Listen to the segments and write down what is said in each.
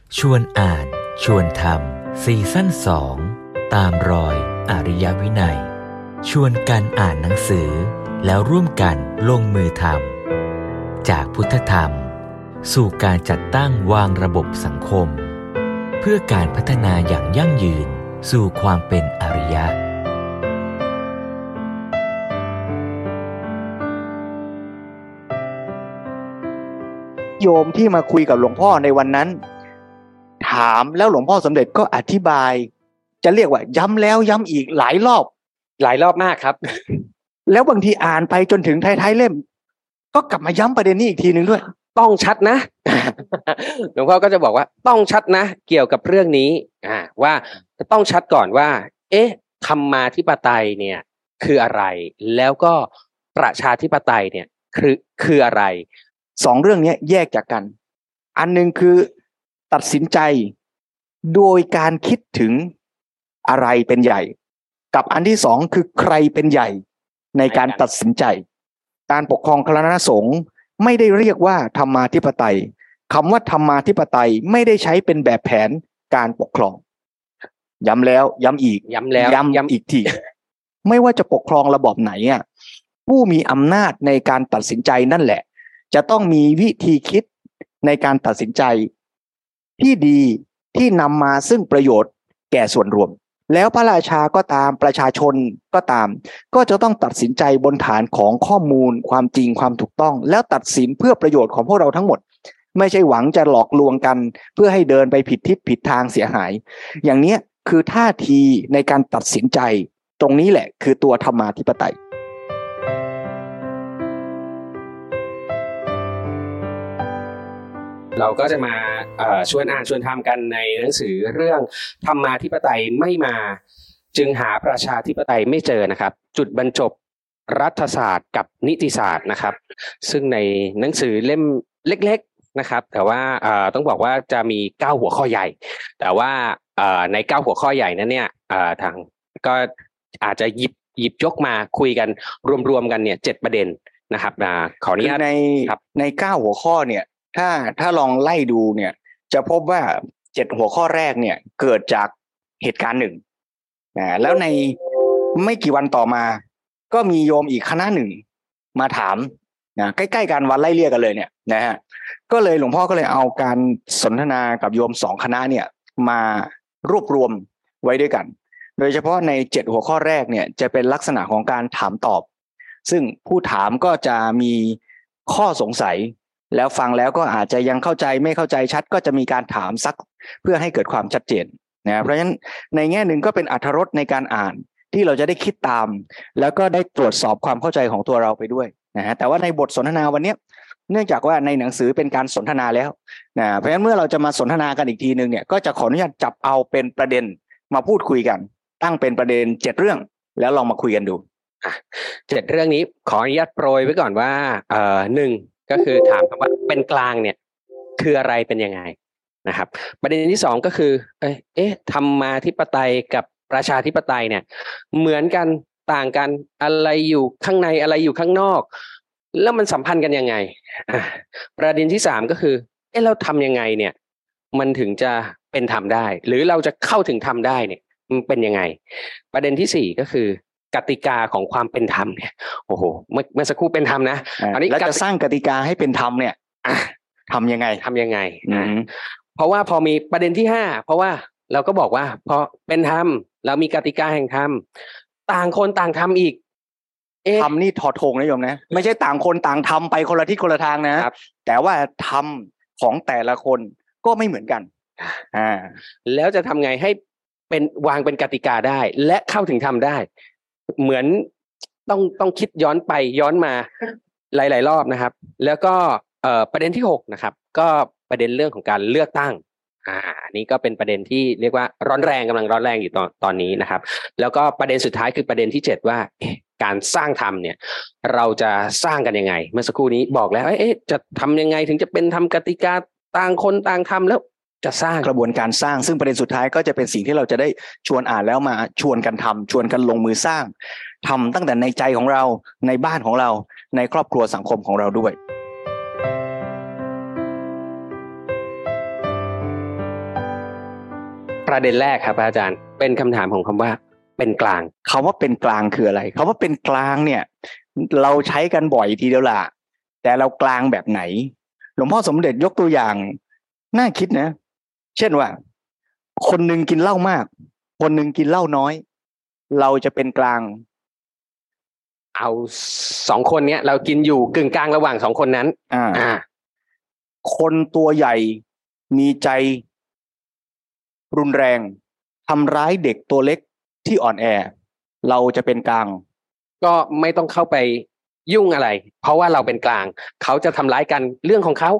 ชวนอ่านชวนทำซีซั่น2ตามรอยอริยวินัยชวนกันอ่านหนังสือแล้วร่วมกันลงมือทำจากพุทธธรรมสู่การจัดตั้งวางระบบสังคมเพื่อการพัฒนาอย่างยั่งยืนสู่ความเป็นอริยะโยมที่มาคุยกับหลวงพ่อในวันนั้นถามแล้วหลวงพ่อสมเด็จก็อธิบายจะเรียกว่าย้ำแล้วย้ำอีกหลายรอบมากครับแล้วบางทีอ่านไปจนถึงท้ายๆเล่มก็กลับมาย้ำประเด็นนี้อีกทีนึงด้วยต้องชัดนะ หลวงพ่อก็จะบอกว่าต้องชัดนะเกี่ยวกับเรื่องนี้ว่าจะต้องชัดก่อนว่าธรรมาธิปไตยเนี่ยคืออะไรแล้วก็ประชาธิปไตยเนี่ยคืออะไรสองเรื่องนี้แยกจากกันอันนึงคือตัดสินใจโดยการคิดถึงอะไรเป็นใหญ่กับอันที่สองคือใครเป็นใหญ่ในการตัดสินใจการปกครองคณะสงฆ์ไม่ได้เรียกว่าธรรมาธิปไตยคำว่าธรรมาธิปไตยไม่ได้ใช้เป็นแบบแผนการปกครองย้ำแล้วย้ำอีกย้ำแล้วย้ำอีกทีไม่ว่าจะปกครองระบอบไหนผู้มีอำนาจในการตัดสินใจนั่นแหละจะต้องมีวิธีคิดในการตัดสินใจที่ดีที่นำมาซึ่งประโยชน์แก่ส่วนรวมแล้วพระราชาก็ตามประชาชนก็ตามก็จะต้องตัดสินใจบนฐานของข้อมูลความจริงความถูกต้องแล้วตัดสินเพื่อประโยชน์ของพวกเราทั้งหมดไม่ใช่หวังจะหลอกลวงกันเพื่อให้เดินไปผิดทิศผิดทางเสียหายอย่างนี้คือท่าทีในการตัดสินใจตรงนี้แหละคือตัวธรรมาธิปไตยเราก็จะมาชวนอ่านชวนทำกันในหนังสือเรื่องธรรมาธิปไตยไม่มาจึงหาประชาธิปไตยไม่เจอนะครับจุดบรรจบรัฐศาสตร์กับนิติศาสตร์นะครับซึ่งในหนังสือเล่มเล็กๆนะครับแต่ว่าต้องบอกว่าจะมี9หัวข้อใหญ่แต่ว่าใน9หัวข้อใหญ่นั้นเนี่ยทางก็อาจจะหยิบยกมาคุยกันรวมๆกันเนี่ย7ประเด็นนะครับขออนุญาตใน9หัวข้อเนี่ยถ้าลองไล่ดูเนี่ยจะพบว่า7หัวข้อแรกเนี่ยเกิดจากเหตุการณ์หนึ่งแล้วในไม่กี่วันต่อมาก็มีโยมอีกคณะหนึ่งมาถามใกล้ๆกันวันไล่เลี่ยกันเลยเนี่ยนะฮะก็เลยหลวงพ่อก็เลยเอาการสนทนากับโยม2คณะเนี่ยมารวบรวมไว้ด้วยกันโดยเฉพาะใน7หัวข้อแรกเนี่ยจะเป็นลักษณะของการถามตอบซึ่งผู้ถามก็จะมีข้อสงสัยแล้วฟังแล้วก็อาจจะยังเข้าใจไม่เข้าใจชัดก็จะมีการถามซักเพื่อให้เกิดความชัดเจนนะเพราะฉะนั้นในแง่หนึ่งก็เป็นอรรถรสในการอ่านที่เราจะได้คิดตามแล้วก็ได้ตรวจสอบความเข้าใจของตัวเราไปด้วยนะฮะแต่ว่าในบทสนทนาวันนี้เนื่องจากว่าในหนังสือเป็นการสนทนาแล้วนะเพราะฉะนั้นเมื่อเราจะมาสนทนากันอีกทีนึงเนี่ยก็จะขออนุญาตจับเอาเป็นประเด็นมาพูดคุยกันตั้งเป็นประเด็น7เรื่องแล้วลองมาคุยกันดู 7เรื่องนี้ขออนุญาตโปรยไว้ก่อนว่า1ก็คือถามว่าเป็นกลางเนี่ยคืออะไรเป็นยังไงนะครับประเด็นที่2ก็คือธรรมาธิปไตยกับประชาธิปไตยเนี่ยเหมือนกันต่างกันอะไรอยู่ข้างในอะไรอยู่ข้างนอกแล้วมันสัมพันธ์กันยังไงประเด็นที่3ก็คือเราทำยังไงเนี่ยมันถึงจะเป็นธรรมได้หรือเราจะเข้าถึงธรรมได้เนี่ยมันเป็นยังไงประเด็นที่4ก็คือกติกาของความเป็นธรรมเนี่ยโอ้โหเมื่อสักครู่เป็นธรรมนะอันนี้จะสร้างกติกาให้เป็นธรรมเนี่ยทำยังไงเพราะว่าพอมีประเด็นที่5เพราะว่าเราก็บอกว่าพอเป็นธรรมเรามีกติกาแห่งธรรมต่างคนต่างทำอีกธรรมนี่ถอดธงนะโยมนะไม่ใช่ต่างคนต่างทำไปคนละทิศคนละทางนะแต่ว่าธรรมของแต่ละคนก็ไม่เหมือนกันแล้วจะทำไงให้เป็นวางเป็นกติกาได้และเข้าถึงธรรมได้เหมือนต้องคิดย้อนไปย้อนมาหลายๆรอบนะครับแล้วก็ประเด็นที่6นะครับก็ประเด็นเรื่องของการเลือกตั้งอันนี้ก็เป็นประเด็นที่เรียกว่าร้อนแรงกำลังร้อนแรงอยู่ตอนนี้นะครับแล้วก็ประเด็นสุดท้ายคือประเด็นที่7ว่าการสร้างธรรมเนี่ยเราจะสร้างกันยังไงเมื่อสักครู่นี้บอกแล้วจะทำยังไงถึงจะเป็นทำกติกาต่างคนต่างทำแล้วจะสร้างกระบวนการสร้างซึ่งประเด็นสุดท้ายก็จะเป็นสิ่งที่เราจะได้ชวนอ่านแล้วมาชวนกันทำชวนกันลงมือสร้างทำตั้งแต่ในใจของเราในบ้านของเราในครอบครัวสังคมของเราด้วยประเด็นแรกครับอาจารย์เป็นคำถามของคำว่าเป็นกลางคำว่าเป็นกลางคืออะไรคำว่าเป็นกลางเนี่ยเราใช้กันบ่อยทีเดียวล่ะแต่เรากลางแบบไหนหลวงพ่อสมเด็จยกตัวอย่างน่าคิดนะเช่นว่าคนหนึ่งกินเหล้ามากคนหนึ่งกินเหล้าน้อยเราจะเป็นกลางเอาสองคนเนี้ยเรากินอยู่กึ่งกลางระหว่างสองคนนั้นคนตัวใหญ่มีใจรุนแรงทำร้ายเด็กตัวเล็กที่อ่อนแอเราจะเป็นกลางก็ไม่ต้องเข้าไปยุ่งอะไรเพราะว่าเราเป็นกลางเขาจะทำร้ายกันเรื่องของเขา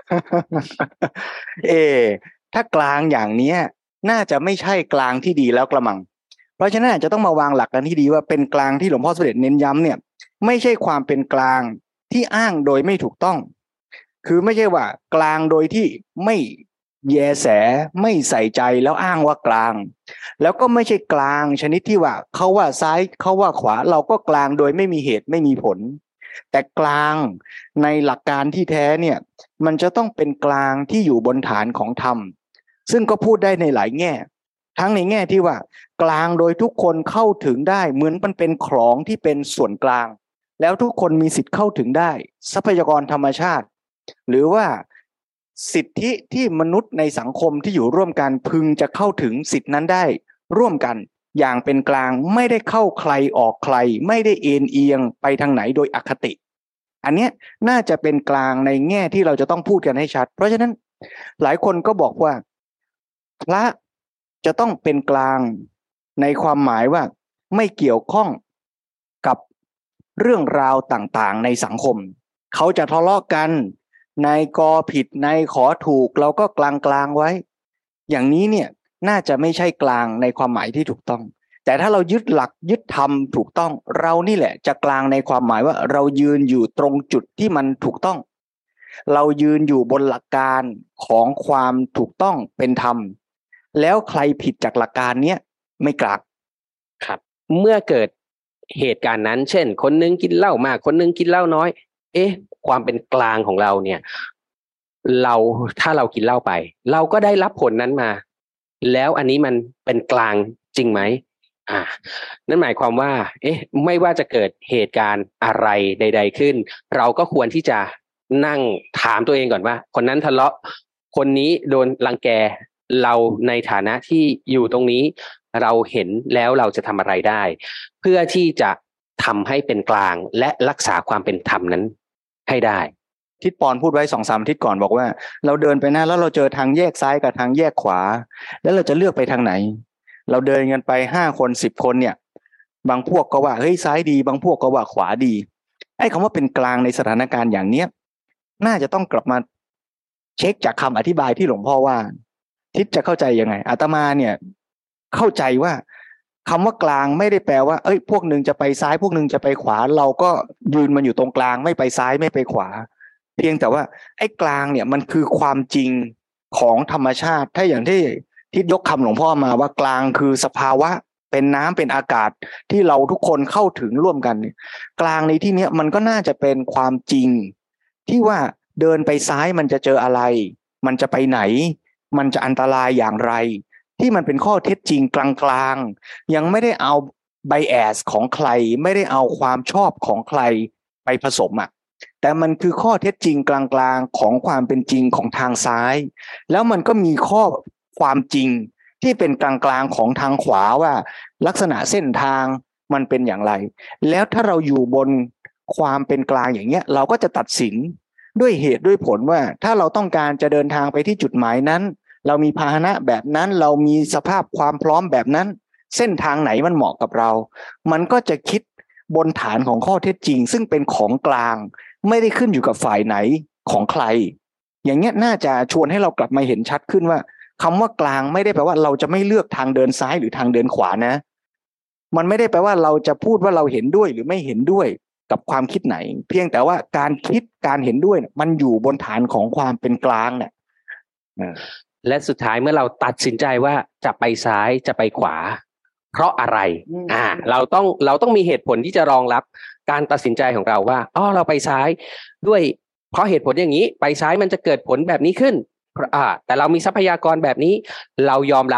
ถ้ากลางอย่างนี้น่าจะไม่ใช่กลางที่ดีแล้วกระมังเพราะฉะนั้นจะต้องมาวางหลักกันที่ดีว่าเป็นกลางที่หลวงพ่อสมเด็จเน้นย้ำเนี่ยไม่ใช่ความเป็นกลางที่อ้างโดยไม่ถูกต้องคือไม่ใช่ว่ากลางโดยที่ไม่แยแสไม่ใส่ใจแล้วอ้างว่ากลางแล้วก็ไม่ใช่กลางชนิดที่ว่าเขาว่าซ้ายเขาว่าขวาเราก็กลางโดยไม่มีเหตุไม่มีผลแต่กลางในหลักการที่แท้เนี่ยมันจะต้องเป็นกลางที่อยู่บนฐานของธรรมซึ่งก็พูดได้ในหลายแง่ทั้งในแง่ที่ว่ากลางโดยทุกคนเข้าถึงได้เหมือนมันเป็นของที่เป็นส่วนกลางแล้วทุกคนมีสิทธิ์เข้าถึงได้ทรัพยากรธรรมชาติหรือว่าสิทธิที่มนุษย์ในสังคมที่อยู่ร่วมกันพึงจะเข้าถึงสิทธินั้นได้ร่วมกันอย่างเป็นกลางไม่ได้เข้าใครออกใครไม่ได้เอ็นเอียงไปทางไหนโดยอคติอันนี้น่าจะเป็นกลางในแง่ที่เราจะต้องพูดกันให้ชัดเพราะฉะนั้นหลายคนก็บอกว่าพระจะต้องเป็นกลางในความหมายว่าไม่เกี่ยวข้องกับเรื่องราวต่างๆในสังคมเขาจะทะเลาะกันนายกผิดนายขอถูกเราก็กลางๆไว้อย่างนี้เนี่ยน่าจะไม่ใช่กลางในความหมายที่ถูกต้องแต่ถ้าเรายึดหลักยึดธรรมถูกต้องเรานี่แหละจะกลางในความหมายว่าเรายืนอยู่ตรงจุดที่มันถูกต้องเรายืนอยู่บนหลักการของความถูกต้องเป็นธรรมแล้วใครผิดจากหลักการเนี้ยไม่กลางครับเมื่อเกิดเหตุการณ์นั้นเช่นคนนึงกินเหล้ามากคนนึงกินเหล้าน้อยความเป็นกลางของเราเนี่ยถ้าเรากินเหล้าไปเราก็ได้รับผลนั้นมาแล้วอันนี้มันเป็นกลางจริงไหมนั่นหมายความว่าไม่ว่าจะเกิดเหตุการณ์อะไรใดๆขึ้นเราก็ควรที่จะนั่งถามตัวเองก่อนว่าคนนั้นทะเลาะคนนี้โดนรังแกเราในฐานะที่อยู่ตรงนี้เราเห็นแล้วเราจะทำอะไรได้เพื่อที่จะทำให้เป็นกลางและรักษาความเป็นธรรมนั้นให้ได้ทิศปอนพูดไว้ 2-3 อาทิตย์ก่อนบอกว่าเราเดินไปหน้าแล้วเราเจอทางแยกซ้ายกับทางแยกขวาแล้วเราจะเลือกไปทางไหนเราเดินกันไป5 คน10 คนเนี่ยบางพวกก็ว่าเฮ้ยซ้ายดีบางพวกก็ว่าขวาดีไอ้คำว่าเป็นกลางในสถานการณ์อย่างเนี้ยน่าจะต้องกลับมาเช็คจากคำอธิบายที่หลวงพ่อว่าทิศจะเข้าใจยังไงอาตมาเนี่ยเข้าใจว่าคำว่ากลางไม่ได้แปลว่าพวกหนึ่งจะไปซ้ายพวกหนึ่งจะไปขวาเราก็ยืนมันอยู่ตรงกลางไม่ไปซ้ายไม่ไปขวาเพียงแต่ว่าไอ้กลางเนี่ยมันคือความจริงของธรรมชาติถ้าอย่างที่ยกคำหลวงพ่อมาว่ากลางคือสภาวะเป็นน้ำเป็นอากาศที่เราทุกคนเข้าถึงร่วมกันกลางในที่นี้มันก็น่าจะเป็นความจริงที่ว่าเดินไปซ้ายมันจะเจออะไรมันจะไปไหนมันจะอันตรายอย่างไรที่มันเป็นข้อเท็จจริงกลางๆยังไม่ได้เอาไบแอสของใครไม่ได้เอาความชอบของใครไปผสมแต่มันคือข้อเท็จจริงกลางๆของความเป็นจริงของทางซ้ายแล้วมันก็มีข้อความจริงที่เป็นกลางๆของทางขวาว่าลักษณะเส้นทางมันเป็นอย่างไรแล้วถ้าเราอยู่บนความเป็นกลางอย่างเงี้ยเราก็จะตัดสินด้วยเหตุด้วยผลว่าถ้าเราต้องการจะเดินทางไปที่จุดหมายนั้นเรามีพาหนะแบบนั้นเรามีสภาพความพร้อมแบบนั้นเส้นทางไหนมันเหมาะกับเรามันก็จะคิดบนฐานของข้อเท็จจริงซึ่งเป็นของกลางไม่ได้ขึ้นอยู่กับฝ่ายไหนของใครอย่างเงี้ยน่าจะชวนให้เรากลับมาเห็นชัดขึ้นว่าคำว่ากลางไม่ได้แปลว่าเราจะไม่เลือกทางเดินซ้ายหรือทางเดินขวานะมันไม่ได้แปลว่าเราจะพูดว่าเราเห็นด้วยหรือไม่เห็นด้วยกับความคิดไหนเพียงแต่ว่าการคิดการเห็นด้วยมันอยู่บนฐานของความเป็นกลางเนี่ยและสุดท้ายเมื่อเราตัดสินใจว่าจะไปซ้ายจะไปขวาเพราะอะไรเราต้องมีเหตุผลที่จะรองรับการตัดสินใจของเราว่าเราไปซ้ายด้วยเพราะเหตุผลอย่างนี้ไปซ้ายมันจะเกิดผลแบบนี้ขึ้นแต่เรามีทรัพยากรแบบนี้เรายอมรับ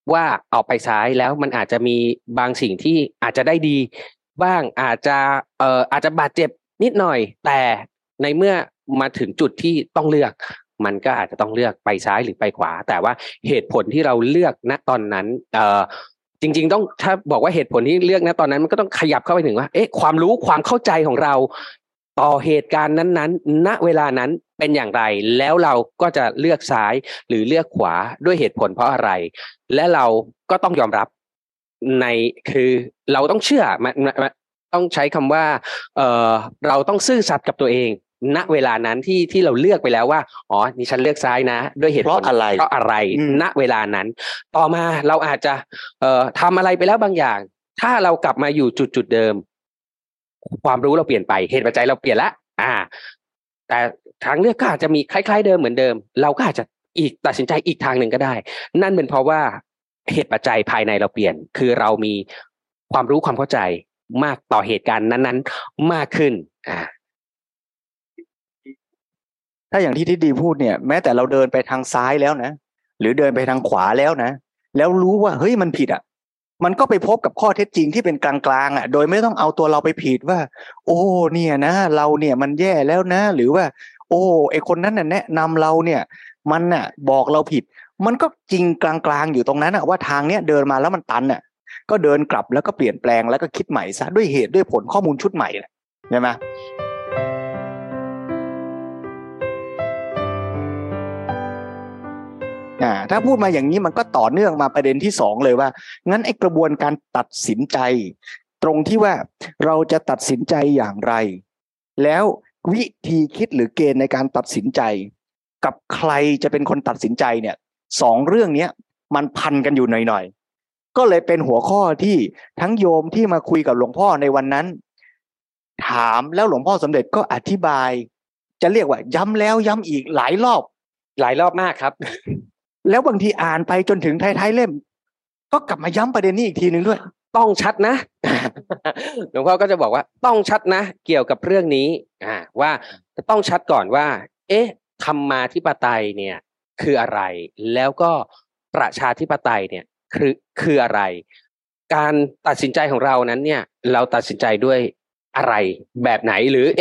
ว่าเอาไปซ้ายแล้วมันอาจจะมีบางสิ่งที่อาจจะได้ดีบ้างอาจจะบาดเจ็บนิดหน่อยแต่ในเมื่อมาถึงจุดที่ต้องเลือกมันก็อาจจะต้องเลือกไปซ้ายหรือไปขวาแต่ว่าเหตุผลที่เราเลือกณตอนนั้นจริงๆต้องถ้าบอกว่าเหตุผลที่เลือกณตอนนั้นมันก็ต้องขยับเข้าไปถึงว่าความรู้ความเข้าใจของเราต่อเหตุการณ์นั้นๆณเวลานั้นเป็นอย่างไรแล้วเราก็จะเลือกซ้ายหรือเลือกขวาด้วยเหตุผลเพราะอะไรและเราก็ต้องยอมรับคือเราต้องเชื่อต้องใช้คำว่าเราต้องซื่อสัตย์กับตัวเองณเวลานั้นที่เราเลือกไปแล้วว่าอ๋อนี่ฉันเลือกซ้ายนะด้วยเหตุผลเพราะอะไรณเวลานั้นต่อมาเราอาจจะทำอะไรไปแล้วบางอย่างถ้าเรากลับมาอยู่จุดเดิมความรู้เราเปลี่ยนไปเหตุปัจจัยเราเปลี่ยนละแต่ทางเลือกก็อาจจะมีคล้ายๆเดิมเหมือนเดิมเราก็อาจจะตัดสินใจอีกทางหนึ่งก็ได้นั่นเป็นเพราะว่าเหตุปัจจัยภายในเราเปลี่ยนคือเรามีความรู้ความเข้าใจมากต่อเหตุการณ์นั้นๆมากขึ้นถ้าอย่างที่ทิดดีพูดเนี่ยแม้แต่เราเดินไปทางซ้ายแล้วนะหรือเดินไปทางขวาแล้วนะแล้วรู้ว่าเฮ้ยมันผิดมันก็ไปพบกับข้อเท็จจริงที่เป็นกลางๆโดยไม่ต้องเอาตัวเราไปผิดว่าโอ้เนี่ยนะเราเนี่ยมันแย่แล้วนะหรือว่าโอ้ไอคนนั้นน่ะแนะนำเราเนี่ยมันน่ะบอกเราผิดมันก็จริงกลางๆอยู่ตรงนั้นว่าทางเนี้ยเดินมาแล้วมันตันก็เดินกลับแล้วก็เปลี่ยนแปลงแล้วก็คิดใหม่ซะด้วยเหตุด้วยผลข้อมูลชุดใหม่ใช่ไหมถ้าพูดมาอย่างนี้มันก็ต่อเนื่องมาประเด็นที่2เลยว่างั้นไอ้กระบวนการตัดสินใจตรงที่ว่าเราจะตัดสินใจอย่างไรแล้ววิธีคิดหรือเกณฑ์ในการตัดสินใจกับใครจะเป็นคนตัดสินใจเนี่ย2เรื่องนี้มันพันกันอยู่หน่อยๆก็เลยเป็นหัวข้อที่ทั้งโยมที่มาคุยกับหลวงพ่อในวันนั้นถามแล้วหลวงพ่อสมเด็จก็อธิบายจะเรียกว่าย้ำแล้วย้ำอีกหลายรอบมากครับแล้วบางทีอ่านไปจนถึงท้ายๆเล่มก็กลับมาย้ำประเด็นนี้อีกทีนึงด้วยต้องชัดนะหลวงพ่อก็จะบอกว่าต้องชัดนะเกี่ยวกับเรื่องนี้ว่าจะต้องชัดก่อนว่าธรรมาธิปไตยเนี่ยคืออะไรแล้วก็ประชาธิปไตยเนี่ยคืออะไรการตัดสินใจของเรานั้นเนี่ยเราตัดสินใจด้วยอะไรแบบไหนหรือ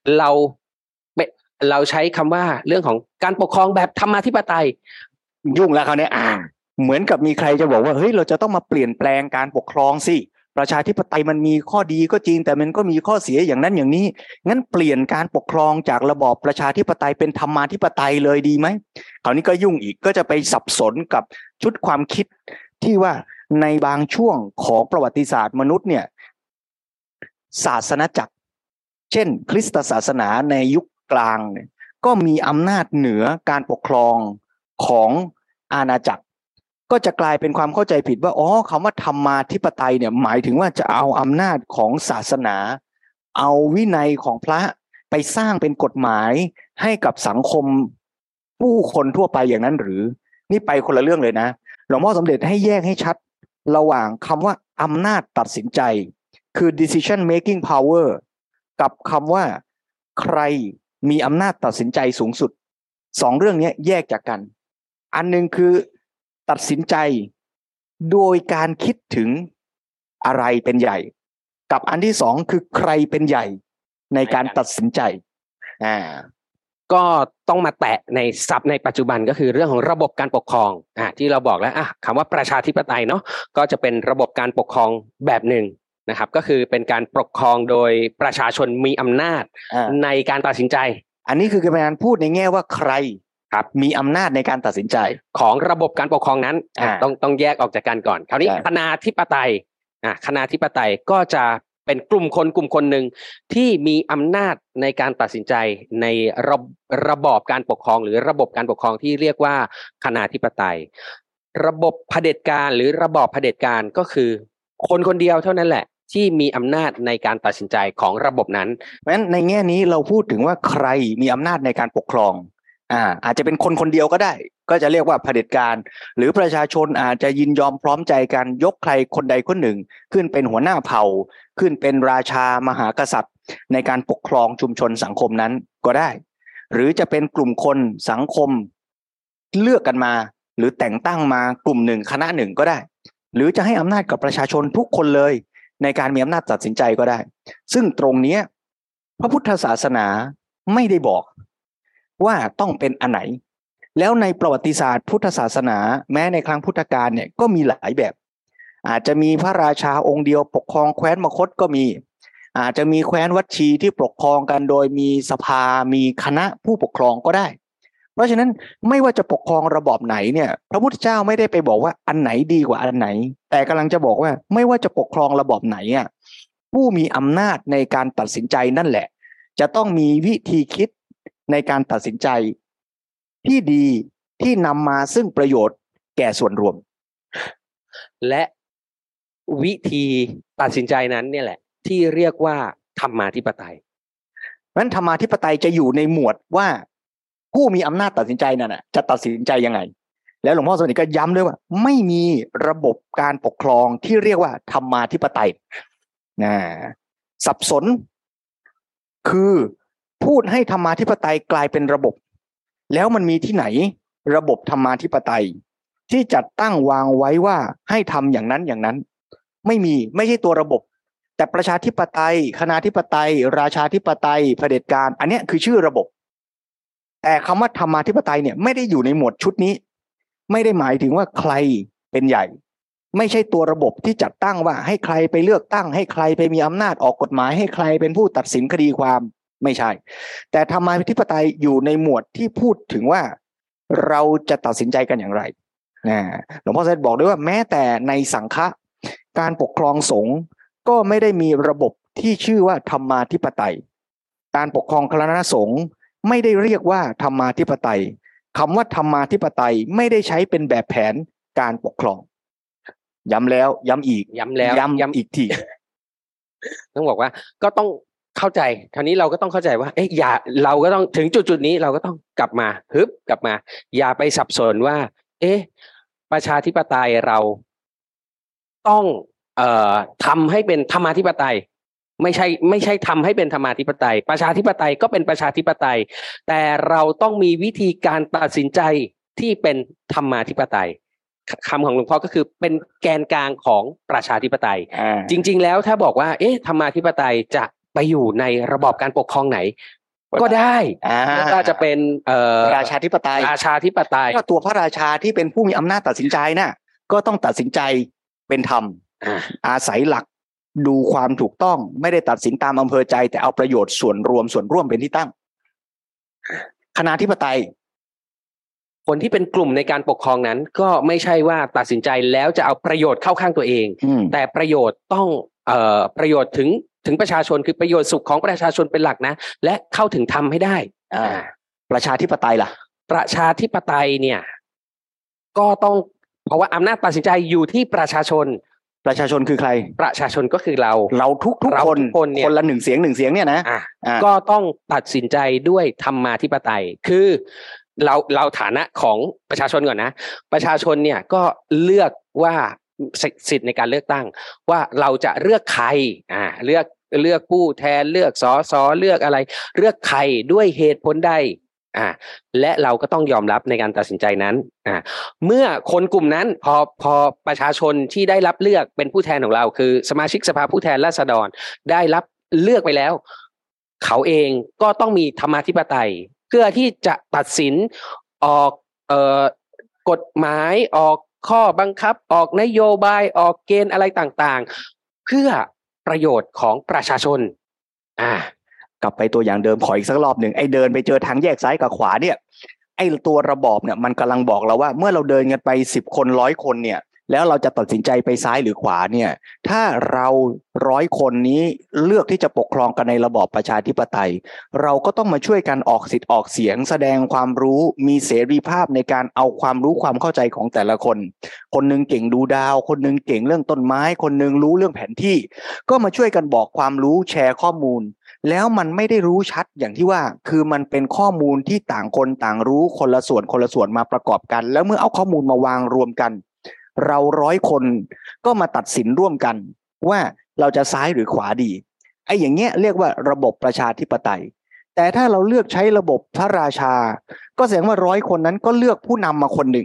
เราใช้คำว่าเรื่องของการปกครองแบบธรรมาธิปไตยยุ่งแล้วคราวนี้เหมือนกับมีใครจะบอกว่าเฮ้ยเราจะต้องมาเปลี่ยนแปลงการปกครองสิประชาธิปไตยมันมีข้อดีก็จริงแต่มันก็มีข้อเสียอย่างนั้นอย่างนี้งั้นเปลี่ยนการปกครองจากระบอบประชาธิปไตยเป็นธรรมาธิปไตยเลยดีไหมคราวนี้ก็ยุ่งอีกก็จะไปสับสนกับชุดความคิดที่ว่าในบางช่วงของประวัติศาสตร์มนุษย์เนี่ยศาสนจักรเช่นคริสตศาสนาในยุคกลางเนี่ยก็มีอำนาจเหนือการปกครองของอาณาจักรก็จะกลายเป็นความเข้าใจผิดว่าคำว่าธรรมาธิปไตยเนี่ยหมายถึงว่าจะเอาอำนาจของศาสนาเอาวินัยของพระไปสร้างเป็นกฎหมายให้กับสังคมผู้คนทั่วไปอย่างนั้นหรือนี่ไปคนละเรื่องเลยนะหลวงพ่อสมเด็จให้แยกให้ชัดระหว่างคำว่าอำนาจตัดสินใจคือ decision making power กับคำว่าใครมีอำนาจตัดสินใจสูงสุด2เรื่องนี้แยกจากกันอันนึงคือตัดสินใจโดยการคิดถึงอะไรเป็นใหญ่กับอันที่2คือใครเป็นใหญ่ในการตัดสินใจก็ต้องมาแตะในศัพท์ในปัจจุบันก็คือเรื่องของระบบการปกครองที่เราบอกแล้วคำว่าประชาธิปไตยเนาะก็จะเป็นระบบการปกครองแบบหนึ่งนะครับก็คือเป็นการปกครองโดยประชาชนมีอำนาจในการตัดสินใจอันนี้คือการพูดในแง่ว่าใครมีอำนาจในการตัดสินใจของระบบการปกครองนั้นต้องแยกออกจากกันก่อนคราวนี้คณาธิปไตยคณาธิปไตยก็จะเป็นกลุ่มคนหนึ่งที่มีอำนาจในการตัดสินใจในระบอบการปกครองหรือระบบการปกครองที่เรียกว่าคณาธิปไตยระบบเผด็จการหรือระบอบเผด็จการก็คือคนเดียวเท่านั้นแหละที่มีอำนาจในการตัดสินใจของระบบนั้นเพราะฉะนั้นในแง่นี้เราพูดถึงว่าใครมีอำนาจในการปกครองอาจจะเป็นคนเดียวก็ได้ก็จะเรียกว่าเผด็จการหรือประชาชนอาจจะยินยอมพร้อมใจกันยกใครคนใดคนหนึ่งขึ้นเป็นหัวหน้าเผ่าขึ้นเป็นราชามหากษัตริย์ในการปกครองชุมชนสังคมนั้นก็ได้หรือจะเป็นกลุ่มคนสังคมเลือกกันมาหรือแต่งตั้งมากลุ่มหนึ่งคณะหนึ่งก็ได้หรือจะให้อำนาจกับประชาชนทุกคนเลยในการมีอำนาจตัดสินใจก็ได้ซึ่งตรงนี้พระพุทธศาสนาไม่ได้บอกว่าต้องเป็นอันไหนแล้วในประวัติศาสตร์พุทธศาสนาแม้ในครั้งพุทธกาลเนี่ยก็มีหลายแบบอาจจะมีพระราชาองค์เดียวปกครองแคว้นมคธก็มีอาจจะมีแคว้นวัดชีที่ปกครองกันโดยมีสภามีคณะผู้ปกครองก็ได้เพราะฉะนั้นไม่ว่าจะปกครองระบอบไหนเนี่ยพระพุทธเจ้าไม่ได้ไปบอกว่าอันไหนดีกว่าอันไหนแต่กำลังจะบอกว่าไม่ว่าจะปกครองระบอบไหนอ่ะผู้มีอำนาจในการตัดสินใจนั่นแหละจะต้องมีวิธีคิดในการตัดสินใจที่ดีที่นำมาซึ่งประโยชน์แก่ส่วนรวมและวิธีตัดสินใจนั้นเนี่ยแหละที่เรียกว่าธรรมาธิปไตยนั้นธรรมาธิปไตยจะอยู่ในหมวดว่าผู้มีอำนาจตัดสินใจนั่นน่ะจะตัดสินใจยังไงแล้วหลวงพ่อสมเด็จก็ย้ำด้วยว่าไม่มีระบบการปกครองที่เรียกว่าธรรมาธิปไตยสับสนคือพูดให้ธรรมาธิปไตยกลายเป็นระบบแล้วมันมีที่ไหนระบบธรรมาธิปไตยที่จัดตั้งวางไว้ว่าให้ทำอย่างนั้นอย่างนั้นไม่ใช่ตัวระบบแต่ประชาธิปไตยคณาธิปไตยราชาธิปไตยเผด็จการอันนี้คือชื่อระบบแต่คำว่าธรรมาธิปไตยเนี่ยไม่ได้อยู่ในหมวดชุดนี้ไม่ได้หมายถึงว่าใครเป็นใหญ่ไม่ใช่ตัวระบบที่จัดตั้งว่าให้ใครไปเลือกตั้งให้ใครไปมีอำนาจออกกฎหมายให้ใครเป็นผู้ตัดสินคดีความไม่ใช่แต่ธรรมาธิปไตยอยู่ในหมวดที่พูดถึงว่าเราจะตัดสินใจกันอย่างไรหลวงพ่อเสด็จบอกด้วยว่าแม้แต่ในสังฆะการปกครองสงฆ์ก็ไม่ได้มีระบบที่ชื่อว่าธรรมาธิปไตยการปกครองคณะสงฆ์ไม่ได้เรียกว่าธรรมาธิปไตยคำว่าธรรมาธิปไตยไม่ได้ใช้เป็นแบบแผนการปกครองย้ำแล้วย้ำอีกย้ำแล้วย้ำอีกทีต้องบอกว่าก็ต้องเข้าใจคราวนี้เราก็ต้องเข้าใจว่าเราก็ต้องถึงจุดนี้เราก็ต้องกลับมาอย่าไปสับสนว่าประชาธิปไตยเราต้องทำให้เป็นธรรมาธิปไตยไม่ใช่ทำให้เป็นธรรมาธิปไตยประชาธิปไตยก็เป็นประชาธิปไตยแต่เราต้องมีวิธีการตัดสินใจที่เป็นธรรมาธิปไตยคำของหลวงพ่อก็คือเป็นแกนกลางของประชาธิปไตยจริงๆแล้วถ้าบอกว่าธรรมาธิปไตยจะไปอยู่ในระบอบการปกครองไหนก็ได้ก็จะเป็นราชาธิปไตยก็ตัวพระราชาที่เป็นผู้มีอำนาจตัดสินใจน่ะก็ต้องตัดสินใจเป็นธรรมอาศัยหลักดูความถูกต้องไม่ได้ตัดสินตามอำเภอใจแต่เอาประโยชน์ส่วนร่วมเป็นที่ตั้งคณาธิปไตยคนที่เป็นกลุ่มในการปกครองนั้นก็ไม่ใช่ว่าตัดสินใจแล้วจะเอาประโยชน์เข้าข้างตัวเองแต่ประโยชน์ต้องประโยชน์ถึงประชาชนคือประโยชน์สุขของประชาชนเป็นหลักนะและเข้าถึงธรรมให้ได้ประชาธิปไตยล่ะประชาธิปไตยเนี่ยก็ต้องเพราะว่าอำนาจตัดสินใจอยู่ที่ประชาชนคือใครประชาชนก็คือเราทุกคนเนี่ยคนละ1 เสียง1 เสียงเนี่ยนะก็ต้องตัดสินใจด้วยธรรมาธิปไตยคือเราฐานะของประชาชนก่อนนะประชาชนเนี่ยก็เลือกว่าสิทธิ์ในการเลือกตั้งว่าเราจะเลือกใครเลือกผู้แทนเลือกสสเลือกอะไรเลือกใครด้วยเหตุผลใดและเราก็ต้องยอมรับในการตัดสินใจนั้นเมื่อคนกลุ่มนั้นพอประชาชนที่ได้รับเลือกเป็นผู้แทนของเราคือสมาชิกสภาผู้แทนราษฎรได้รับเลือกไปแล้วเขาเองก็ต้องมีธรรมาธิปไตยเพื่อที่จะตัดสินออกกฎหมายออกข้อบังคับออกนโยบายออกเกณฑ์อะไรต่างๆเพื่อประโยชน์ของประชาชนกลับไปตัวอย่างเดิมขออีกสักรอบหนึ่งไอ้เดินไปเจอทางแยกซ้ายกับขวาเนี่ยไอ้ตัวระบอบเนี่ยมันกำลังบอกเราว่าเมื่อเราเดินกันไป10 คน100 คนเนี่ยแล้วเราจะตัดสินใจไปซ้ายหรือขวาเนี่ยถ้าเรา100 คนนี้เลือกที่จะปกครองกันในระบอบประชาธิปไตยเราก็ต้องมาช่วยกันออกสิทธิ์ออกเสียงแสดงความรู้มีเสรีภาพในการเอาความรู้ความเข้าใจของแต่ละคนคนนึงเก่งดูดาวคนนึงเก่งเรื่องต้นไม้คนนึงรู้เรื่องแผนที่ก็มาช่วยกันบอกความรู้แชร์ข้อมูลแล้วมันไม่ได้รู้ชัดอย่างที่ว่าคือมันเป็นข้อมูลที่ต่างคนต่างรู้คนละส่วนมาประกอบกันแล้วเมื่อเอาข้อมูลมาวางรวมกันเรา100 คนก็มาตัดสินร่วมกันว่าเราจะซ้ายหรือขวาดีไอ้อย่างเงี้ยเรียกว่าระบบประชาธิปไตยแต่ถ้าเราเลือกใช้ระบบพระราชาก็แสดงว่า100 คนนั้นก็เลือกผู้นำมาคนหนึ่ง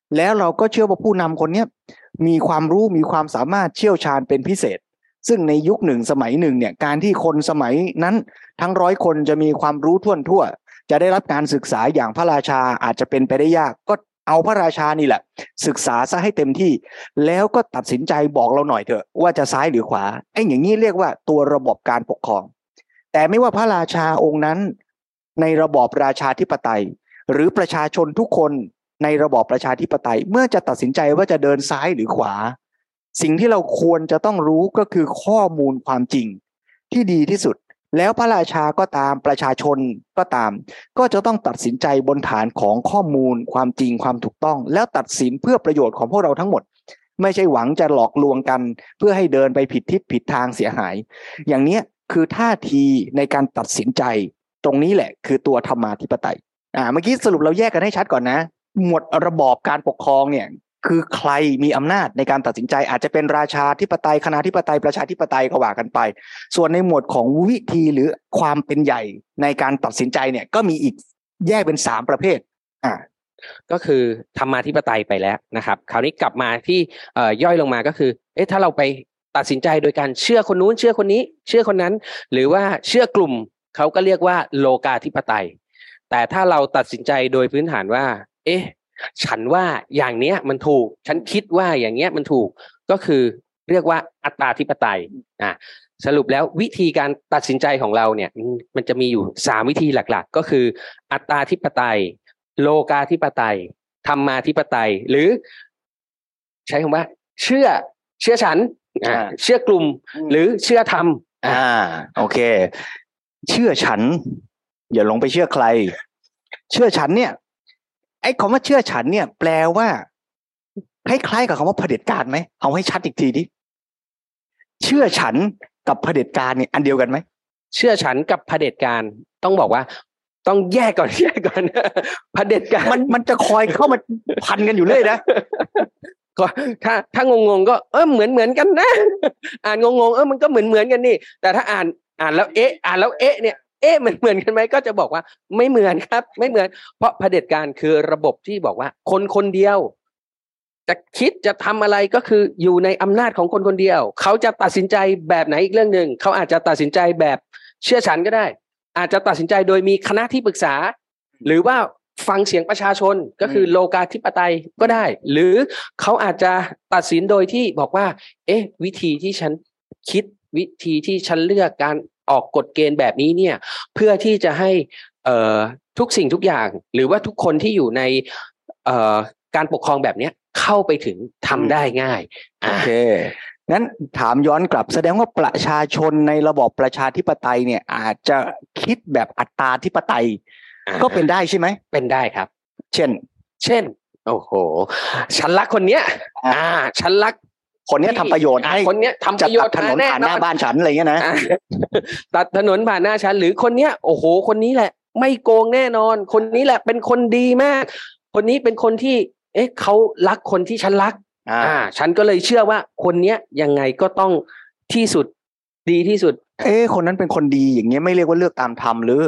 แล้วเราก็เชื่อว่าผู้นำคนเนี้ยมีความรู้มีความสามารถเชี่ยวชาญเป็นพิเศษซึ่งในยุคหนึ่งสมัยหนึ่งเนี่ยการที่คนสมัยนั้นทั้ง100 คนจะมีความรู้ทั่วจะได้รับการศึกษาอย่างพระราชาอาจจะเป็นไปได้ยากก็เอาพระราชานี่แหละศึกษาซะให้เต็มที่แล้วก็ตัดสินใจบอกเราหน่อยเถอะว่าจะซ้ายหรือขวาไอ้อย่างนี้เรียกว่าตัวระบบการปกครองแต่ไม่ว่าพระราชาองค์นั้นในระบอบราชาธิปไตยหรือประชาชนทุกคนในระบอบประชาธิปไตยเมื่อจะตัดสินใจว่าจะเดินซ้ายหรือขวาสิ่งที่เราควรจะต้องรู้ก็คือข้อมูลความจริงที่ดีที่สุดแล้วพระราชาก็ตามประชาชนก็ตามก็จะต้องตัดสินใจบนฐานของข้อมูลความจริงความถูกต้องแล้วตัดสินเพื่อประโยชน์ของพวกเราทั้งหมดไม่ใช่หวังจะหลอกลวงกันเพื่อให้เดินไปผิดทิศผิดทางเสียหายอย่างนี้คือท่าทีในการตัดสินใจตรงนี้แหละคือตัวธรรมาธิปไตยเมื่อกี้สรุปเราแยกกันให้ชัดก่อนนะหมวดระบอบการปกครองเนี่ยคือใครมีอำนาจในการตัดสินใจอาจจะเป็นราชาธิปไตยคณาธิปไตยประชาธิปไตยก็ว่ากันไปส่วนในหมวดของวิธีหรือความเป็นใหญ่ในการตัดสินใจเนี่ยก็มีอีกแยกเป็น3ประเภทก็คือธรรมาธิปไตยไปแล้วนะครับคราวนี้กลับมาที่ย่อยลงมาก็คือถ้าเราไปตัดสินใจโดยการเชื่อคนนู้นเชื่อคนนี้เชื่อคนนั้นหรือว่าเชื่อกลุ่มเขาก็เรียกว่าโลกาธิปไตยแต่ถ้าเราตัดสินใจโดยพื้นฐานว่าฉันว่าอย่างเนี้ยมันถูกฉันคิดว่าอย่างเนี้ยมันถูกก็คือเรียกว่าอัตตาธิปไตยสรุปแล้ววิธีการตัดสินใจของเราเนี่ยมันจะมีอยู่3วิธีหลักๆก็คืออัตตาธิปไตยโลกาธิปไตยธรรมาธิปไตยหรือใช้คำว่าเชื่อฉันเชื่อกลุ่มหรือเชื่อธรรมโอเคเชื่อฉันอย่าลงไปเชื่อใครเชื่อฉันเนี่ยไอ้คำว่าเชื่อฉันเนี่ยแปลว่าคล้ายๆกับคำว่าเผด็จการไหมเอาให้ชัดอีกทีดิเชื่อฉันกับเผด็จการเนี่ยอันเดียวกันไหมเชื่อฉันกับเผด็จการต้องบอกว่าต้องแยกก่อนเผด็จการมันจะคอยเข้ามาพันกันอยู่เลยนะก็ถ้างงๆก็เหมือนกันนะอ่านงงมันก็เหมือนกันนี่แต่ถ้าอ่านแล้วอ่านแล้วเนี่ยเหมือนกันไหมก็จะบอกว่าไม่เหมือนครับไม่เหมือนเพราะเผด็จการคือระบบที่บอกว่าคนเดียวจะคิดจะทำอะไรก็คืออยู่ในอำนาจของคนเดียวเขาจะตัดสินใจแบบไหนอีกเรื่องนึงเขาอาจจะตัดสินใจแบบเชื่อฉันก็ได้อาจจะตัดสินใจโดยมีคณะที่ปรึกษาหรือว่าฟังเสียงประชาชนก็คือโลกาธิปไตยก็ได้หรือเขาอาจจะตัดสินโดยที่บอกว่าวิธีที่ฉันคิดวิธีที่ฉันเลือกการออกกฎเกณฑ์แบบนี้เนี่ยเพื่อที่จะให้ทุกสิ่งทุกอย่างหรือว่าทุกคนที่อยู่ในการปกครองแบบนี้เข้าไปถึงทำได้ง่ายโอเคงั้นถามย้อนกลับแสดงว่าประชาชนในระบอบประชาธิปไตยเนี่ยอาจจะคิดแบบอัตตาธิปไตยก็เป็นได้ใช่ไหมเป็นได้ครับเช่นโอ้โหฉันรักคนเนี้ยฉันรักคนนี้ทำประโยชน์ให้คนนี้ทำประโยชน์ถนนผ่านหน้าบ้านฉันอะไรเงี้ยนะตัดถนนผ่านหน้าฉันหรือคนเนี้ยโอ้โหคนนี้แหละไม่โกงแน่นอนคนนี้แหละเป็นคนดีมากคนนี้เป็นคนที่เขารักคนที่ฉันรักฉันก็เลยเชื่อว่าคนเนี้ยยังไงก็ต้องที่สุดดีที่สุดคนนั้นเป็นคนดีอย่างเงี้ยไม่เรียกว่าเลือกตามธรรมหรือ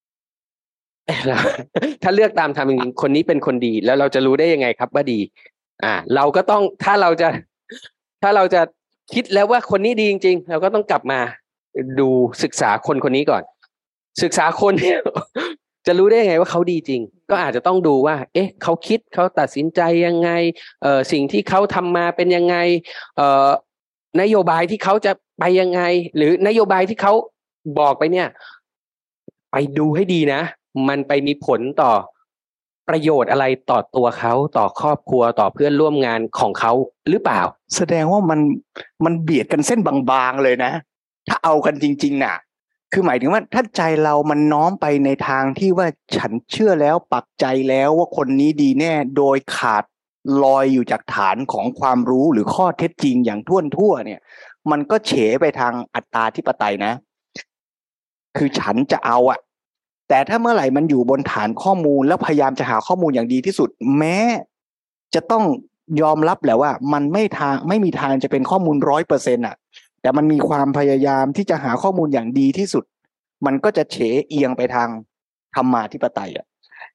ถ้าเลือกตามธรรมจริงๆคนนี้เป็นคนดีแล้วเราจะรู้ได้ยังไงครับว่าดีเราก็ต้องถ้าเราจะคิดแล้วว่าคนนี้ดีจริงๆเราก็ต้องกลับมาดูศึกษาคนนี้ก่อนศึกษาคนเนี่ยจะรู้ได้ยังไงว่าเขาดีจริงก็อาจจะต้องดูว่าเขาคิดเขาตัดสินใจยังไงสิ่งที่เขาทำมาเป็นยังไงนโยบายที่เขาจะไปยังไงหรือนโยบายที่เขาบอกไปเนี่ยไปดูให้ดีนะมันไปมีผลต่อประโยชน์อะไรต่อตัวเขาต่อครอบครัวต่อเพื่อนร่วมงานของเขาหรือเปล่าแสดงว่ามันเบียดกันเส้นบางๆเลยนะถ้าเอากันจริงๆน่ะคือหมายถึงว่าถ้าใจเรามันน้อมไปในทางที่ว่าฉันเชื่อแล้วปักใจแล้วว่าคนนี้ดีแน่โดยขาดลอยอยู่จากฐานของความรู้หรือข้อเท็จจริงอย่างทั่วเนี่ยมันก็เฉไปทางอัตตาธิปไตยนะคือฉันจะเอาแต่ถ้าเมื่อไหร่มันอยู่บนฐานข้อมูลแล้วพยายามจะหาข้อมูลอย่างดีที่สุดแม้จะต้องยอมรับแหละว่ามันไม่มีทางจะเป็นข้อมูล 100% แต่มันมีความพยายามที่จะหาข้อมูลอย่างดีที่สุดมันก็จะเฉเอียงไปทางธรรมาธิปไตย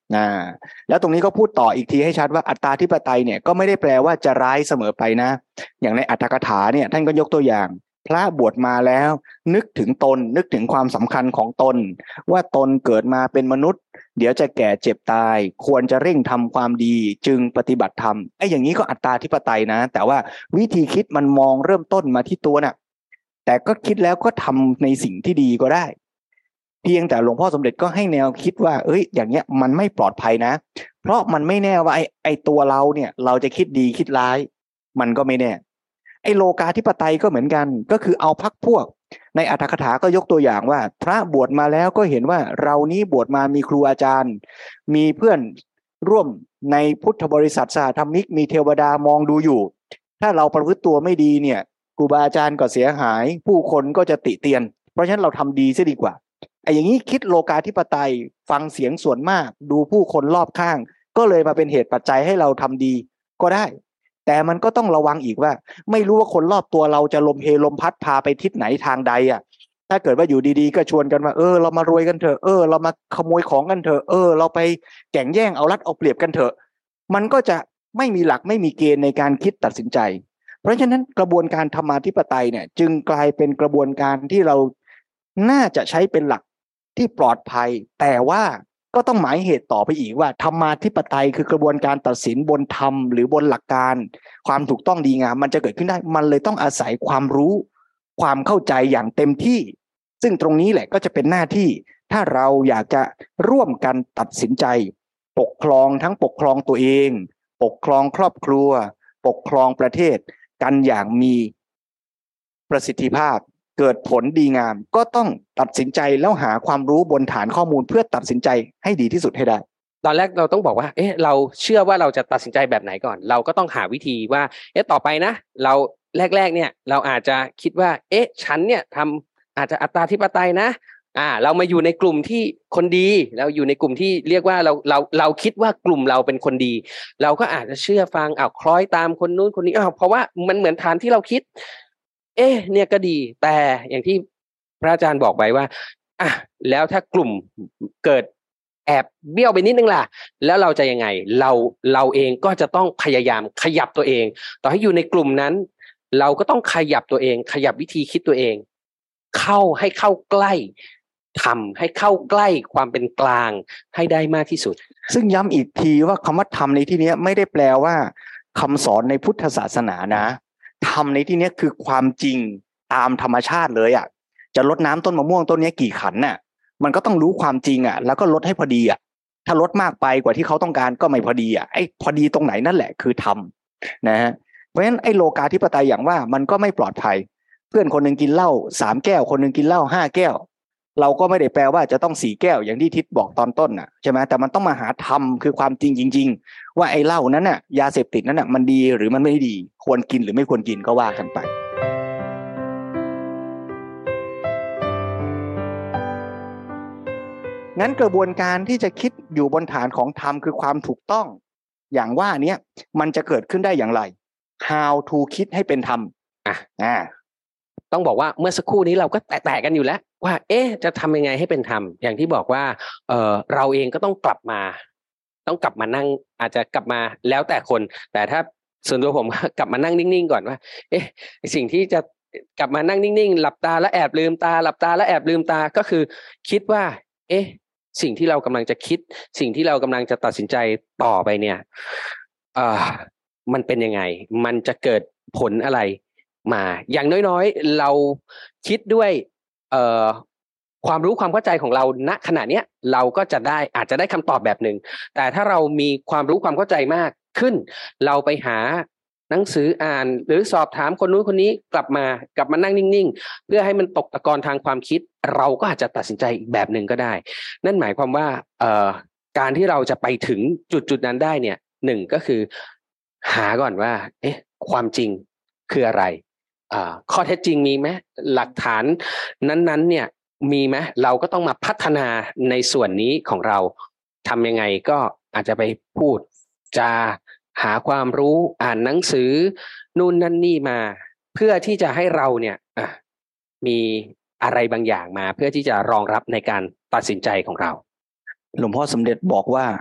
แล้วตรงนี้ก็พูดต่ออีกทีให้ชัดว่าอัตตาธิปไตยเนี่ยก็ไม่ได้แปลว่าจะร้ายเสมอไปนะอย่างในอรรถกถาเนี่ยท่านก็ยกตัวอย่างพระบวชมาแล้วนึกถึงตนนึกถึงความสำคัญของตนว่าตนเกิดมาเป็นมนุษย์เดี๋ยวจะแก่เจ็บตายควรจะเร่งทำความดีจึงปฏิบัติธรรมอย่างนี้ก็อัตตาธิปไตยนะแต่ว่าวิธีคิดมันมองเริ่มต้นมาที่ตัวน่ะแต่ก็คิดแล้วก็ทำในสิ่งที่ดีก็ได้เพียงแต่หลวงพ่อสมเด็จก็ให้แนวคิดว่าอย่างเงี้ยมันไม่ปลอดภัยนะเพราะมันไม่แน่ว่าไอ้ตัวเราเนี่ยเราจะคิดดีคิดร้ายมันก็ไม่แน่ไอ้โลกาธิปไตยก็เหมือนกันก็คือเอาพรรคพวกในอรรถกถาก็ยกตัวอย่างว่าพระบวชมาแล้วก็เห็นว่าเรานี้บวชมามีครูอาจารย์มีเพื่อนร่วมในพุทธบริษัทสหธรรมิกมีเทวดามองดูอยู่ถ้าเราประพฤติตัวไม่ดีเนี่ยครูบาอาจารย์ก็เสียหายผู้คนก็จะติเตียนเพราะฉะนั้นเราทำดีซะดีกว่าอย่างนี้คิดโลกาธิปไตยฟังเสียงส่วนมากดูผู้คนรอบข้างก็เลยมาเป็นเหตุปัจจัยให้เราทำดีก็ได้แต่มันก็ต้องระวังอีกว่าไม่รู้ว่าคนรอบตัวเราจะลมเพลมพัดพาไปทิศไหนทางใดถ้าเกิดว่าอยู่ดีๆก็ชวนกันว่าเรามารวยกันเถอะเรามาขโมยของกันเถอะเราไปแข่งแย่งเอารัดเอาเปรียบกันเถอะมันก็จะไม่มีหลักไม่มีเกณฑ์ในการคิดตัดสินใจเพราะฉะนั้นกระบวนการธรรมาธิปไตยเนี่ยจึงกลายเป็นกระบวนการที่เราน่าจะใช้เป็นหลักที่ปลอดภัยแต่ว่าก็ต้องหมายเหตุต่อไปอีกว่าธรรมาธิปไตยคือกระบวนการตัดสินบนธรรมหรือบนหลักการความถูกต้องดีงามมันจะเกิดขึ้นได้มันเลยต้องอาศัยความรู้ความเข้าใจอย่างเต็มที่ซึ่งตรงนี้แหละก็จะเป็นหน้าที่ถ้าเราอยากจะร่วมกันตัดสินใจปกครองทั้งปกครองตัวเองปกครองครอบครัวปกครองประเทศกันอย่างมีประสิทธิภาพเกิดผลดีงามก็ต้องตัดสินใจแล้วหาความรู้บนฐานข้อมูลเพื่อตัดสินใจให้ดีที่สุดให้ได้ตอนแรกเราต้องบอกว่าเราเชื่อว่าเราจะตัดสินใจแบบไหนก่อนเราก็ต้องหาวิธีว่าต่อไปนะเราแรกๆเนี่ยเราอาจจะคิดว่าฉันเนี่ยทำอาจจะอัตตาธิปไตยนะเรามาอยู่ในกลุ่มที่คนดีเราอยู่ในกลุ่มที่เรียกว่าเราคิดว่ากลุ่มเราเป็นคนดีเราก็อาจจะเชื่อฟังคล้อยตามคนนู้นคนนี้เพราะว่ามันเหมือนฐานที่เราคิดเนี่ยก็ดีแต่อย่างที่พระอาจารย์บอกไว้ว่าแล้วถ้ากลุ่มเกิดแอบเบี้ยวไปนิดนึงล่ะแล้วเราจะยังไงเราเองก็จะต้องพยายามขยับตัวเองต่อให้อยู่ในกลุ่มนั้นเราก็ต้องขยับตัวเองขยับวิธีคิดตัวเองให้เข้าใกล้ทำให้เข้าใกล้ความเป็นกลางให้ได้มากที่สุดซึ่งย้ำอีกทีว่าคำว่าธรรมในที่นี้ไม่ได้แปลว่าคำสอนในพุทธศาสนานะธรรมในที่นี้คือความจริงตามธรรมชาติเลยจะรดน้ำต้นมะม่วงต้นนี้กี่ขันมันก็ต้องรู้ความจริงแล้วก็ลดให้พอดีถ้าลดมากไปกว่าที่เขาต้องการก็ไม่พอดีพอดีตรงไหนนั่นแหละคือธรรมนะฮะเพราะฉะนั้นโลกาธิปไตยอย่างว่ามันก็ไม่ปลอดภัยเพื่อนคนนึงกินเหล้า3แก้วคนนึงกินเหล้า5แก้วเราก็ไม่ได้แปลว่าจะต้อง4แก้วอย่างที่ทิศบอกตอนต้นใช่ไหมแต่มันต้องมาหาธรรมคือความจริงจริงๆว่าเหล้านั้นยาเสพติดนั้นมันดีหรือมันไม่ดีควรกินหรือไม่ควรกินก็ว่ากันไปงั้นกระบวนการที่จะคิดอยู่บนฐานของธรรมคือความถูกต้องอย่างว่านี้มันจะเกิดขึ้นได้อย่างไร how to คิดให้เป็นธรรมต้องบอกว่าเมื่อสักครู่นี้เราก็แตะกันอยู่แล้วว่าจะทำยังไงให้เป็นธรรมอย่างที่บอกว่าเราเองก็ต้องกลับมานั่งอาจจะกลับมาแล้วแต่คนแต่ถ้าส่วนตัวผมกลับมานั่งนิ่งๆก่อนว่าสิ่งที่จะกลับมานั่งนิ่งๆหลับตาแล้วแอบลืมตาหลับตาแล้วแอบลืมตาก็คือคิดว่าสิ่งที่เรากำลังจะคิดสิ่งที่เรากำลังจะตัดสินใจต่อไปเนี่ยมันเป็นยังไงมันจะเกิดผลอะไรมาอย่างน้อยๆเราคิดด้วยความรู้ความเข้าใจของเราณขณะเนี้ยเราก็จะได้อาจจะได้คำตอบแบบหนึ่งแต่ถ้าเรามีความรู้ความเข้าใจมากขึ้นเราไปหาหนังสืออ่านหรือสอบถามคนนู้นคนนี้กลับมานั่งนิ่งๆเพื่อให้มันตกตะกอนทางความคิดเราก็อาจจะตัดสินใจอีกแบบหนึ่งก็ได้นั่นหมายความว่าการที่เราจะไปถึงจุดนั้นได้เนี่ยหนึ่งก็คือหาก่อนว่าความจริงคืออะไรข้อเท็จจริงมีไหมหลักฐานนั้นๆเนี่ยมีไหมเราก็ต้องมาพัฒนาในส่วนนี้ของเราทำยังไงก็อาจจะไปพูดจะหาความรู้อ่านหนังสือนู่นนั่นนี่มาเพื่อที่จะให้เราเนี่ยมีอะไรบางอย่างมาเพื่อที่จะรองรับในการตัดสินใจของเราหลวงพ่อสมเด็จบอกว่า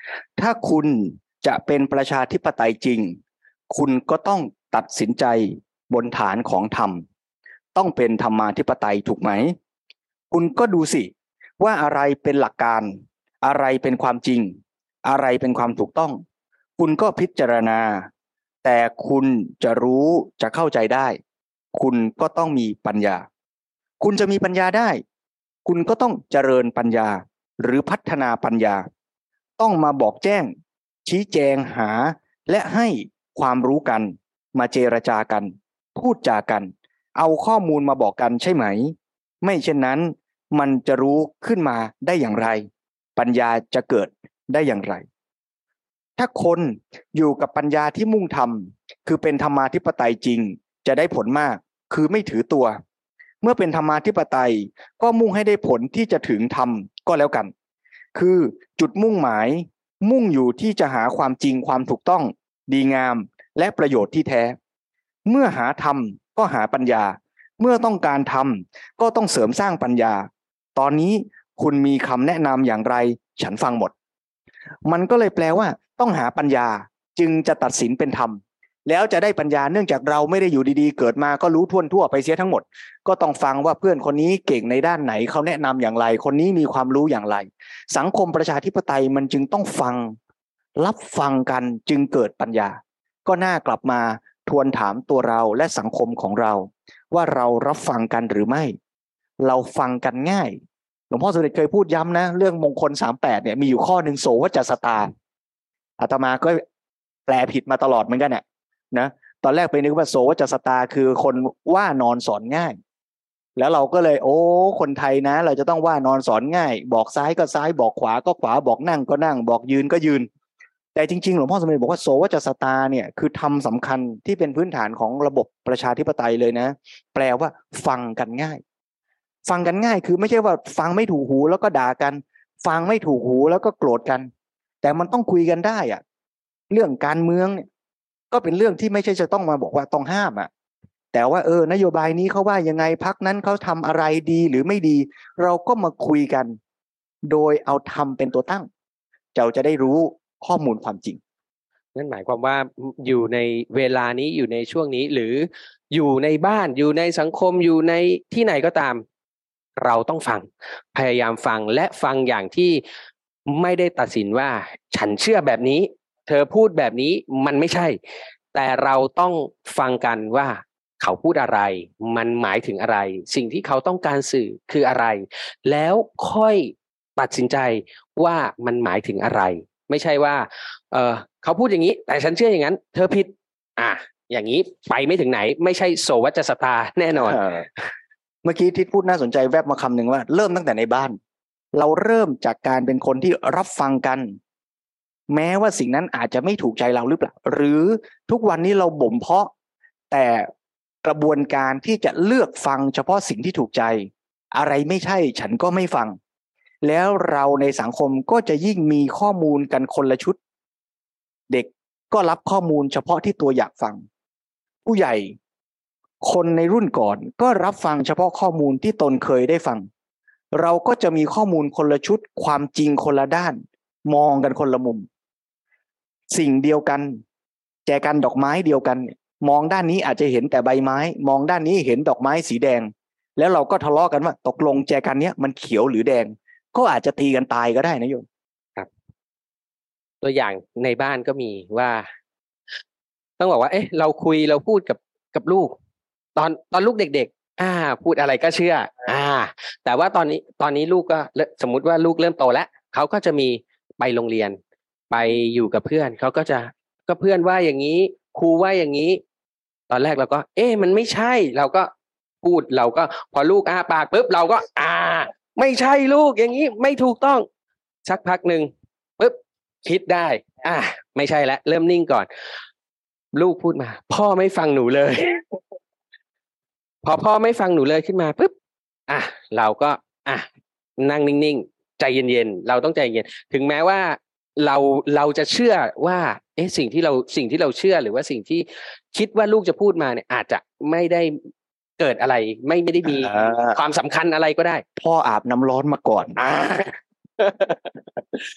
ถ้าคุณจะเป็นประชาธิปไตยจริงคุณก็ต้องตัดสินใจบนฐานของธรรมต้องเป็นธรรมาธิปไตยถูกไหมคุณก็ดูสิว่าอะไรเป็นหลักการอะไรเป็นความจริงอะไรเป็นความถูกต้องคุณก็พิจารณาแต่คุณจะรู้จะเข้าใจได้คุณก็ต้องมีปัญญาคุณจะมีปัญญาได้คุณก็ต้องเจริญปัญญาหรือพัฒนาปัญญาต้องมาบอกแจ้งชี้แจงหาและให้ความรู้กันมาเจรจากันพูดจากันเอาข้อมูลมาบอกกันใช่ไหมไม่เช่นนั้นมันจะรู้ขึ้นมาได้อย่างไรปัญญาจะเกิดได้อย่างไรถ้าคนอยู่กับปัญญาที่มุ่งทำคือเป็นธรรมาธิปไตยจริงจะได้ผลมากคือไม่ถือตัวเมื่อเป็นธรรมาธิปไตยก็มุ่งให้ได้ผลที่จะถึงธรรมก็แล้วกันคือจุดมุ่งหมายมุ่งอยู่ที่จะหาความจริงความถูกต้องดีงามและประโยชน์ที่แท้เมื่อหาธรรมก็หาปัญญาเมื่อต้องการธรรมก็ต้องเสริมสร้างปัญญาตอนนี้คุณมีคำแนะนำอย่างไรฉันฟังหมดมันก็เลยแปลว่าต้องหาปัญญาจึงจะตัดสินเป็นธรรมแล้วจะได้ปัญญาเนื่องจากเราไม่ได้อยู่ดีๆเกิดมาก็รู้ทั่วไปเสียทั้งหมดก็ต้องฟังว่าเพื่อนคนนี้เก่งในด้านไหนเขาแนะนำอย่างไรคนนี้มีความรู้อย่างไรสังคมประชาธิปไตยมันจึงต้องฟังรับฟังกันจึงเกิดปัญญาก็น่ากลับมาทวนถามตัวเราและสังคมของเราว่าเรารับฟังกันหรือไม่เราฟังกันง่ายหลวงพ่อสมเด็จเคยพูดย้ำนะเรื่องมงคล38เนี่ยมีอยู่ข้อหนึ่งโสวจัสตาอาตมาก็แปลผิดมาตลอดเหมือนกันเนี่ยนะตอนแรกไปนึกว่าโสวจัสตาคือคนว่านอนสอนง่ายแล้วเราก็เลยโอ้คนไทยนะเราจะต้องว่านอนสอนง่ายบอกซ้ายก็ซ้ายบอกขวาก็ขวาบอกนั่งก็นั่งบอกยืนก็ยืนแต่จริงๆหลวงพ่อสมเด็จบอกว่าโสวจัสตาเนี่ยคือธรรมสำคัญที่เป็นพื้นฐานของระบบประชาธิปไตยเลยนะแปลว่าฟังกันง่ายฟังกันง่ายคือไม่ใช่ว่าฟังไม่ถูกหูแล้วก็ด่ากันฟังไม่ถูกหูแล้วก็โกรธกันแต่มันต้องคุยกันได้อะเรื่องการเมืองเนี่ยก็เป็นเรื่องที่ไม่ใช่จะต้องมาบอกว่าต้องห้ามอ่ะแต่ว่านโยบายนี้เขาว่ายังไงพรรคนั้นเขาทำอะไรดีหรือไม่ดีเราก็มาคุยกันโดยเอาธรรมเป็นตัวตั้งเราจะได้รู้ข้อมูลความจริงนั่นหมายความว่าอยู่ในเวลานี้อยู่ในช่วงนี้หรืออยู่ในบ้านอยู่ในสังคมอยู่ในที่ไหนก็ตามเราต้องฟังพยายามฟังและฟังอย่างที่ไม่ได้ตัดสินว่าฉันเชื่อแบบนี้เธอพูดแบบนี้มันไม่ใช่แต่เราต้องฟังกันว่าเขาพูดอะไรมันหมายถึงอะไรสิ่งที่เขาต้องการสื่อคืออะไรแล้วค่อยตัดสินใจว่ามันหมายถึงอะไรไม่ใช่ว่าเขาพูดอย่างนี้แต่ฉันเชื่ออย่างนั้นเธอผิดอย่างนี้ไปไม่ถึงไหนไม่ใช่โสวจัสตาแน่นอนเมื่อกี้ที่พูดน่าสนใจแวบมาคำหนึ่งว่าเริ่มตั้งแต่ในบ้านเราเริ่มจากการเป็นคนที่รับฟังกันแม้ว่าสิ่งนั้นอาจจะไม่ถูกใจเราหรือเปล่าหรือทุกวันนี้เราบ่มเพาะแต่กระบวนการที่จะเลือกฟังเฉพาะสิ่งที่ถูกใจอะไรไม่ใช่ฉันก็ไม่ฟังแล้วเราในสังคมก็จะยิ่งมีข้อมูลกันคนละชุดเด็กก็รับข้อมูลเฉพาะที่ตัวอยากฟังผู้ใหญ่คนในรุ่นก่อนก็รับฟังเฉพาะข้อมูลที่ตนเคยได้ฟังเราก็จะมีข้อมูลคนละชุดความจริงคนละด้านมองกันคนละมุมสิ่งเดียวกันแจกันดอกไม้เดียวกันมองด้านนี้อาจจะเห็นแต่ใบไม้มองด้านนี้เห็นดอกไม้สีแดงแล้วเราก็ทะเลาะกันว่าตกลงแจกันเนี้ยมันเขียวหรือแดงก็อาจจะตีกันตายก็ได้นะโยมครับตัวอย่างในบ้านก็มีว่าต้องบอกว่าเราคุยเราพูดกับลูกตอนลูกเด็กๆพูดอะไรก็เชื่อแต่ว่าตอนนี้ลูกก็สมมุติว่าลูกเริ่มโตแล้วเขาก็จะมีไปโรงเรียนไปอยู่กับเพื่อนเขาก็เพื่อนว่าอย่างนี้ครูว่าอย่างนี้ตอนแรกเราก็มันไม่ใช่เราก็พูดเราก็พอลูกปากปุ๊บเราก็ไม่ใช่ลูกอย่างนี้ไม่ถูกต้องสักพักหนึ่งปุ๊บคิดได้ไม่ใช่แล้วเริ่มนิ่งก่อนลูกพูดมาพ่อไม่ฟังหนูเลย พอพ่อไม่ฟังหนูเลยขึ้นมาปุ๊บเราก็นั่งนิ่งๆใจเย็นๆเราต้องใจเย็นถึงแม้ว่าเราจะเชื่อว่าสิ่งที่เราเชื่อหรือว่าสิ่งที่คิดว่าลูกจะพูดมาเนี่ยอาจจะไม่ได้เกิดอะไรไม่ได้มีความสำคัญอะไรก็ได้พ่ออาบน้ำร้อนมาก่อน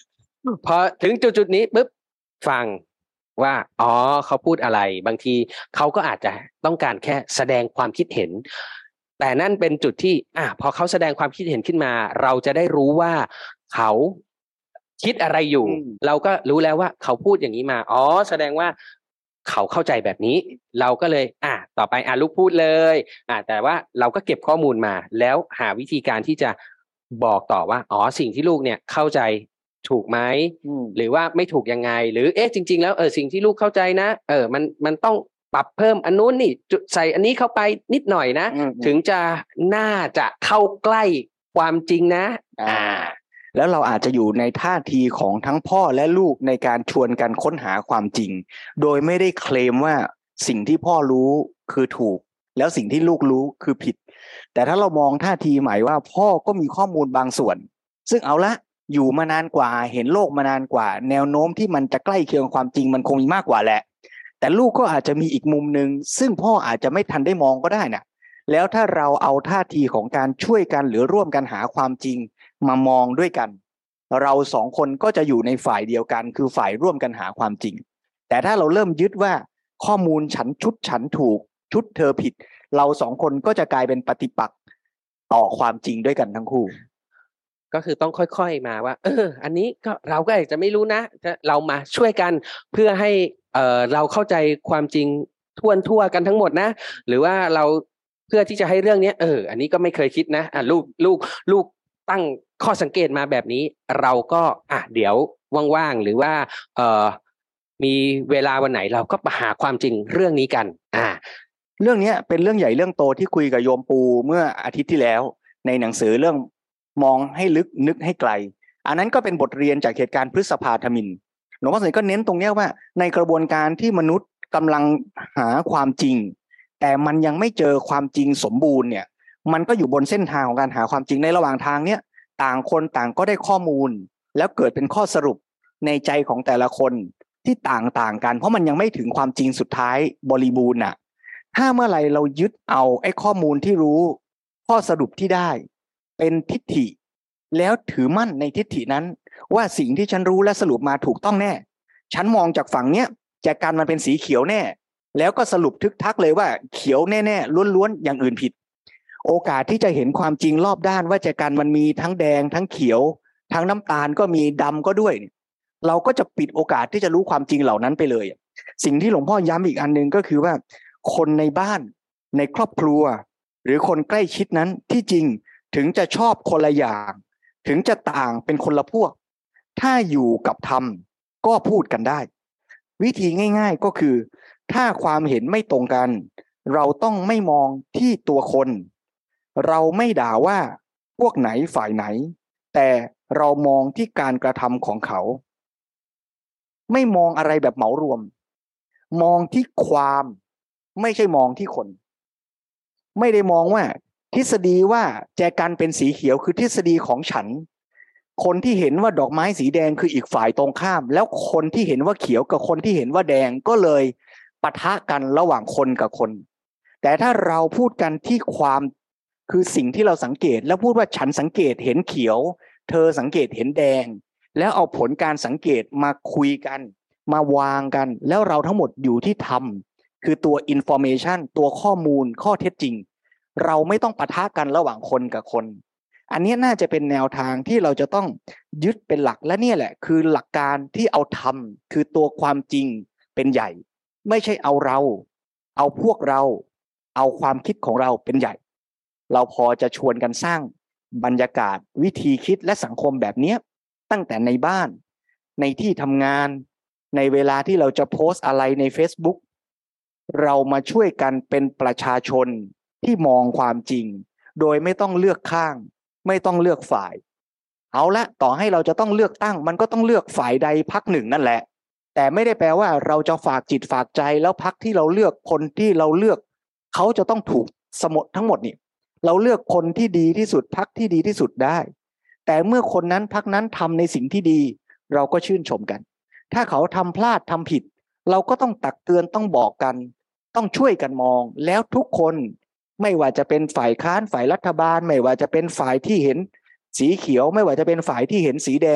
พอถึงจุดนี้ปุ๊บฟังว่าอ๋อเขาพูดอะไรบางทีเขาก็อาจจะต้องการแค่แสดงความคิดเห็นแต่นั่นเป็นจุดที่พอเขาแสดงความคิดเห็นขึ้นมาเราจะได้รู้ว่าเขาคิดอะไรอยู่เราก็รู้แล้วว่าเขาพูดอย่างนี้มาอ๋อแสดงว่าเขาเข้าใจแบบนี้เราก็เลยต่อไปลูกพูดเลยแต่ว่าเราก็เก็บข้อมูลมาแล้วหาวิธีการที่จะบอกต่อว่าอ๋อสิ่งที่ลูกเนี่ยเข้าใจถูกไหมหรือว่าไม่ถูกยังไงหรือจริงๆแล้วสิ่งที่ลูกเข้าใจนะมันต้องปรับเพิ่มอันนู้นนี่จุดใส่อันนี้เข้าไปนิดหน่อยนะถึงจะน่าจะเข้าใกล้ความจริงนะแล้วเราอาจจะอยู่ในท่าทีของทั้งพ่อและลูกในการชวนกันค้นหาความจริงโดยไม่ได้เคลมว่าสิ่งที่พ่อรู้คือถูกแล้วสิ่งที่ลูกรู้คือผิดแต่ถ้าเรามองท่าทีหมายว่าพ่อก็มีข้อมูลบางส่วนซึ่งเอาละอยู่มานานกว่าเห็นโลกมานานกว่าแนวโน้มที่มันจะใกล้เคียงความจริงมันคงมีมากกว่าแหละแต่ลูกก็อาจจะมีอีกมุมนึงซึ่งพ่ออาจจะไม่ทันได้มองก็ได้นะแล้วถ้าเราเอาท่าทีของการช่วยกันหรือร่วมกันหาความจริงมามองด้วยกันเราสองคนก็จะอยู่ในฝ่ายเดียวกันคือฝ่ายร่วมกันหาความจริงแต่ถ้าเราเริ่มยึดว่าข้อมูลฉันถูกชุดเธอผิดเราสองคนก็จะกลายเป็นปฏิปักษ์ต่อความจริงด้วยกันทั้งคู่ก็คือต้องค่อยๆมาว่าอันนี้ก็เราก็อาจจะไม่รู้นะเรามาช่วยกันเพื่อให้เราเข้าใจความจริงทั่วกันทั้งหมดนะหรือว่าเราเพื่อที่จะให้เรื่องนี้อันนี้ก็ไม่เคยคิดนะลูกตั้งข้อสังเกตมาแบบนี้เราก็เดี๋ยวว่างๆหรือว่ามีเวลาวันไหนเราก็มาหาความจริงเรื่องนี้กันเรื่องนี้เป็นเรื่องใหญ่เรื่องโตที่คุยกับโยมปูเมื่ออาทิตย์ที่แล้วในหนังสือเรื่องมองให้ลึกนึกให้ไกลอันนั้นก็เป็นบทเรียนจากเหตุการณ์พฤษภาธมิฬหลวงพ่อสมเด็จก็เน้นตรงนี้ว่าในกระบวนการที่มนุษย์กำลังหาความจริงแต่มันยังไม่เจอความจริงสมบูรณ์เนี่ยมันก็อยู่บนเส้นทางของการหาความจริงในระหว่างทางเนี้ยต่างคนต่างก็ได้ข้อมูลแล้วเกิดเป็นข้อสรุปในใจของแต่ละคนที่ต่างกันเพราะมันยังไม่ถึงความจริงสุดท้ายบริบูรณ์ถ้าเมื่อไหร่เรายึดเอาไอ้ข้อมูลที่รู้ข้อสรุปที่ได้เป็นทิฏฐิแล้วถือมั่นในทิฏฐินั้นว่าสิ่งที่ฉันรู้และสรุปมาถูกต้องแน่ฉันมองจากฝั่งเนี้ยแจกันมันเป็นสีเขียวแน่แล้วก็สรุปทึกทักเลยว่าเขียวแน่ๆล้วนๆอย่างอื่นผิดโอกาสที่จะเห็นความจริงรอบด้านว่าแจกันมันมีทั้งแดงทั้งเขียวทั้งน้ำตาลก็มีดำก็ด้วยเราก็จะปิดโอกาสที่จะรู้ความจริงเหล่านั้นไปเลยสิ่งที่หลวงพ่อย้ำอีกอันนึงก็คือว่าคนในบ้านในครอบครัวหรือคนใกล้ชิดนั้นที่จริงถึงจะชอบคนละอย่างถึงจะต่างเป็นคนละพวกถ้าอยู่กับธรรมก็พูดกันได้วิธีง่ายๆก็คือถ้าความเห็นไม่ตรงกันเราต้องไม่มองที่ตัวคนเราไม่ด่าว่าพวกไหนฝ่ายไหนแต่เรามองที่การกระทำของเขาไม่มองอะไรแบบเหมารวมมองที่ความไม่ใช่มองที่คนไม่ได้มองว่าทฤษฎีว่าแจกันเป็นสีเขียวคือทฤษฎีของฉันคนที่เห็นว่าดอกไม้สีแดงคืออีกฝ่ายตรงข้ามแล้วคนที่เห็นว่าเขียวกับคนที่เห็นว่าแดงก็เลยปะทะกันระหว่างคนกับคนแต่ถ้าเราพูดกันที่ความคือสิ่งที่เราสังเกตแล้วพูดว่าฉันสังเกตเห็นเขียวเธอสังเกตเห็นแดงแล้วเอาผลการสังเกตมาคุยกันมาวางกันแล้วเราทั้งหมดอยู่ที่ธรรมคือตัว information ตัวข้อมูลข้อเท็จจริงเราไม่ต้องปะทะกันระหว่างคนกับคนอันนี้น่าจะเป็นแนวทางที่เราจะต้องยึดเป็นหลักและเนี่ยแหละคือหลักการที่เอาธรรมคือตัวความจริงเป็นใหญ่ไม่ใช่เอาเราเอาพวกเราเอาความคิดของเราเป็นใหญ่เราพอจะชวนกันสร้างบรรยากาศวิธีคิดและสังคมแบบนี้ตั้งแต่ในบ้านในที่ทำงานในเวลาที่เราจะโพสต์อะไรใน Facebook เรามาช่วยกันเป็นประชาชนที่มองความจริงโดยไม่ต้องเลือกข้างไม่ต้องเลือกฝ่ายเอาละต่อให้เราจะต้องเลือกตั้งมันก็ต้องเลือกฝ่ายใดพรรคหนึ่งนั่นแหละแต่ไม่ได้แปลว่าเราจะฝากจิตฝากใจแล้วพรรคที่เราเลือกคนที่เราเลือกเขาจะต้องถูกสมดทั้งหมดนี่เราเลือกคนที่ดีที่สุดพรรคที่ดีที่สุดได้แต่เมื่อคนนั้นพรรคนั้นทำในสิ่งที่ดีเราก็ชื่นชมกันถ้าเขาทำพลาดทำผิดเราก็ต้องตักเตือนต้องบอกกันต้องช่วยกันมองแล้วทุกคนไม่ว่าจะเป็นฝ่ายค้านฝ่ายรัฐบาลไม่ว่าจะเป็นฝ่ายที่เห็นสีเขียวไม่ว่าจะเป็นฝ่ายที่เห็นสีแดง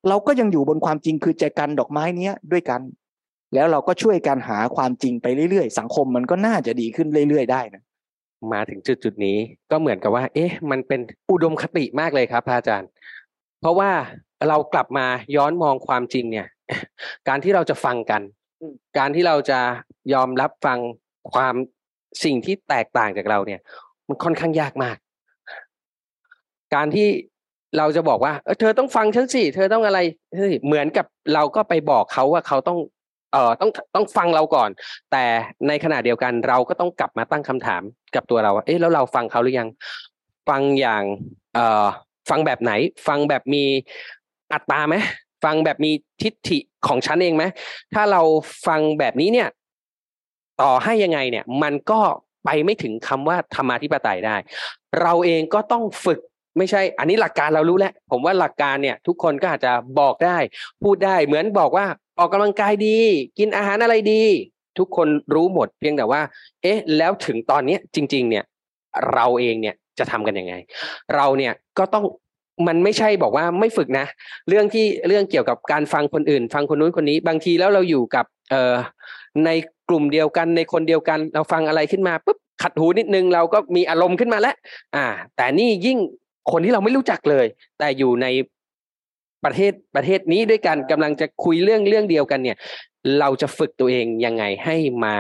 เราก็ยังอยู่บนความจริงคือใจกันดอกไม้เนี้ยด้วยกันแล้วเราก็ช่วยกันหาความจริงไปเรื่อยๆสังคมมันก็น่าจะดีขึ้นเรื่อยๆได้นะมาถึงจุดนี้ก็เหมือนกับว่ามันเป็นอุดมคติมากเลยครับพระอาจารย์เพราะว่าเรากลับมาย้อนมองความจริงเนี่ยการที่เราจะฟังกันการที่เราจะยอมรับฟังความสิ่งที่แตกต่างจากเราเนี่ยมันค่อนข้างยากมากการที่เราจะบอกว่าเธอต้องฟังฉันสิเธอต้องอะไรเหมือนกับเราก็ไปบอกเขาว่าเขาต้องฟังเราก่อนแต่ในขณะเดียวกันเราก็ต้องกลับมาตั้งคำถามกับตัวเราว่าแล้วเราฟังเขาหรือยังฟังอย่างฟังแบบไหนฟังแบบมีอัตตาไหมฟังแบบมีทิฏฐิของฉันเองไหมถ้าเราฟังแบบนี้เนี่ยต่อให้ยังไงเนี่ยมันก็ไปไม่ถึงคำว่าธรรมาธิปไตยได้เราเองก็ต้องฝึกไม่ใช่อันนี้หลักการเรารู้แล้วผมว่าหลักการเนี่ยทุกคนก็อาจจะบอกได้พูดได้เหมือนบอกว่าออกกำลังกายดีกินอาหารอะไรดีทุกคนรู้หมดเพียงแต่ว่าแล้วถึงตอนนี้จริงๆเนี่ยเราเองเนี่ยจะทำกันยังไงเราเนี่ยก็ต้องมันไม่ใช่บอกว่าไม่ฝึกนะเรื่องเกี่ยวกับการฟังคนอื่นฟังคนนู้นคนนี้บางทีแล้วเราอยู่กับในกลุ่มเดียวกันในคนเดียวกันเราฟังอะไรขึ้นมาปุ๊บขัดหูนิดนึงเราก็มีอารมณ์ขึ้นมาแล้วแต่นี่ยิ่งคนที่เราไม่รู้จักเลยแต่อยู่ในประเทศนี้ด้วยกันกำลังจะคุยเรื่องเดียวกันเนี่ยเราจะฝึกตัวเองยังไงให้มา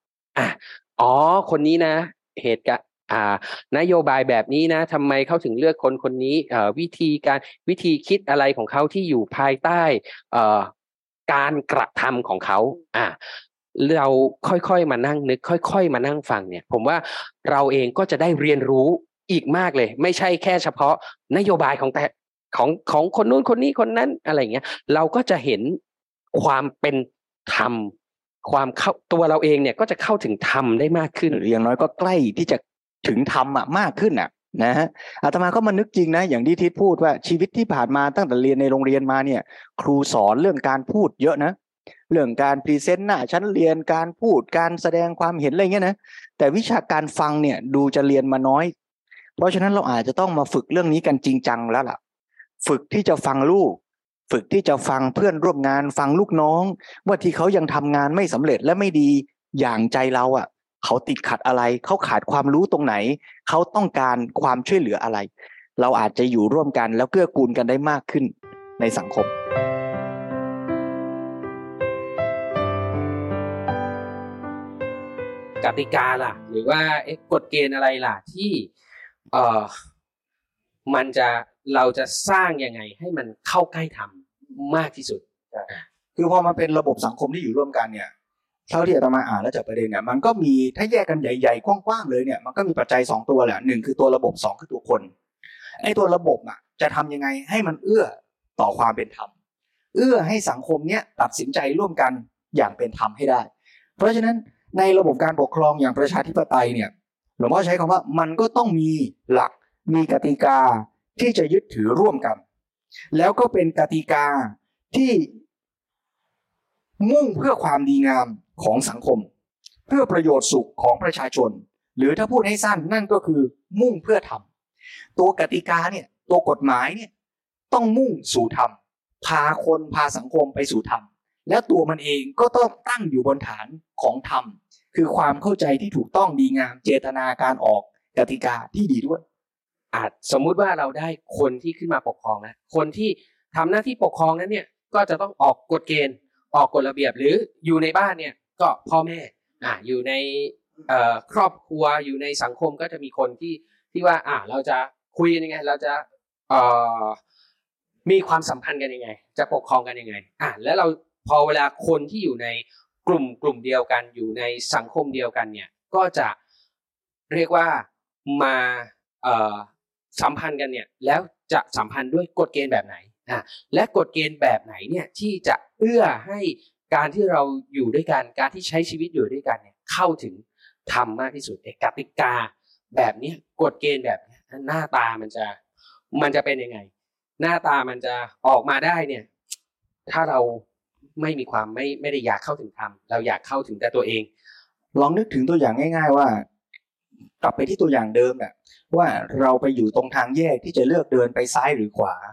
คนนี้นะเหตุการณ์นโยบายแบบนี้นะทำไมเขาถึงเลือกคนนี้วิธีคิดอะไรของเขาที่อยู่ภายใต้การกระทำของเขาเราค่อยๆมานั่งนึกค่อยๆมานั่งฟังเนี่ยผมว่าเราเองก็จะได้เรียนรู้อีกมากเลยไม่ใช่แค่เฉพาะนโยบายของคนนู้นคนนี้คนนั้นอะไรเงี้ยเราก็จะเห็นความเป็นธรรมความเข้าตัวเราเองเนี่ยก็จะเข้าถึงธรรมได้มากขึ้นอย่างน้อยก็ใกล้ที่จะถึงธรรมมากขึ้นนะฮะอาตมาก็มานึกจริงนะอย่างที่ทิศพูดว่าชีวิตที่ผ่านมาตั้งแต่เรียนในโรงเรียนมาเนี่ยครูสอนเรื่องการพูดเยอะนะเรื่องการพรีเซนต์หน้าชั้นเรียนการพูดการแสดงความเห็นอะไรเงี้ยนะแต่วิชาการฟังเนี่ยดูจะเรียนมาน้อยเพราะฉะนั้นเราอาจจะต้องมาฝึกเรื่องนี้กันจริงจังแล้วล่ะฝึกที่จะฟังลูกฝึกที่จะฟังเพื่อนร่วมงานฟังลูกน้องว่าที่เขายังทำงานไม่สำเร็จและไม่ดีอย่างใจเราเขาติดขัดอะไรเขาขาดความรู้ตรงไหนเขาต้องการความช่วยเหลืออะไรเราอาจจะอยู่ร่วมกันแล้วเกื้อกูลกันได้มากขึ้นในสังคมกติกาล่ะหรือว่ากฎเกณฑ์อะไรล่ะที่เราจะสร้างยังไงให้มันเข้าใกล้ธรรมมากที่สุดคือพอมันเป็นระบบสังคมที่อยู่ร่วมกันเนี่ยเท่าที่อาตมาอ่านแล้วจากประเด็นเนี่ยมันก็มีถ้าแยกกันใหญ่ๆกว้างๆเลยเนี่ยมันก็มีปัจจัย2ตัวแหละ1คือตัวระบบ2คือตัวคนไอ้ตัวระบบจะทำยังไงให้มันเอื้อต่อความเป็นธรรมเอื้อให้สังคมเนี้ยตัดสินใจร่วมกันอย่างเป็นธรรมให้ได้เพราะฉะนั้นในระบบการปกครองอย่างประชาธิปไตยเนี่ยหลวงพ่อใช้คำว่ามันก็ต้องมีหลักมีกติกาที่จะยึดถือร่วมกันแล้วก็เป็นกติกาที่มุ่งเพื่อความดีงามของสังคมเพื่อประโยชน์สุขของประชาชนหรือถ้าพูดให้สั้นนั่นก็คือมุ่งเพื่อธรรมตัวกติกาเนี่ยตัวกฎหมายเนี่ยต้องมุ่งสู่ธรรมพาคนพาสังคมไปสู่ธรรมและตัวมันเองก็ต้องตั้งอยู่บนฐานของธรรมคือความเข้าใจที่ถูกต้องดีงามเจตนาการออกกติกาที่ดีด้วยสมมุติว่าเราได้คนที่ขึ้นมาปกครองนะคนที่ทำหน้าที่ปกครองนั้นเนี่ยก็จะต้องออกกฎเกณฑ์ออกกฎระเบียบหรืออยู่ในบ้านเนี่ยก็พ่อแม่อยู่ในครอบครัวอยู่ในสังคมก็จะมีคนที่ว่าเราจะคุยกันยังไงเราจะมีความสัมพันธ์กันยังไงจะปกครองกันยังไงแล้วเราพอเวลาคนที่อยู่ในกลุ่มเดียวกันอยู่ในสังคมเดียวกันเนี่ยก็จะเรียกว่ามาสัมพันธ์กันเนี่ยแล้วจะสัมพันธ์ด้วยกฎเกณฑ์แบบไหนและกฎเกณฑ์แบบไหนเนี่ยที่จะเอื้อให้การที่เราอยู่ด้วยกันการที่ใช้ชีวิตอยู่ด้วยกันเนี่ยเข้าถึงธรรมมากที่สุดกติกาแบบนี้กฎเกณฑ์แบบนี้หน้าตามันจะเป็นยังไงหน้าตามันจะออกมาได้เนี่ยถ้าเราไม่มีความไม่ได้อยากเข้าถึงธรรมเราอยากเข้าถึงแต่ตัวเองลองนึกถึงตัวอย่างง่ายๆว่ากลับไปที่ตัวอย่างเดิมว่าเราไปอยู่ตรงทางแยกที่จะเลือกเดินไปซ้ายหรือขวา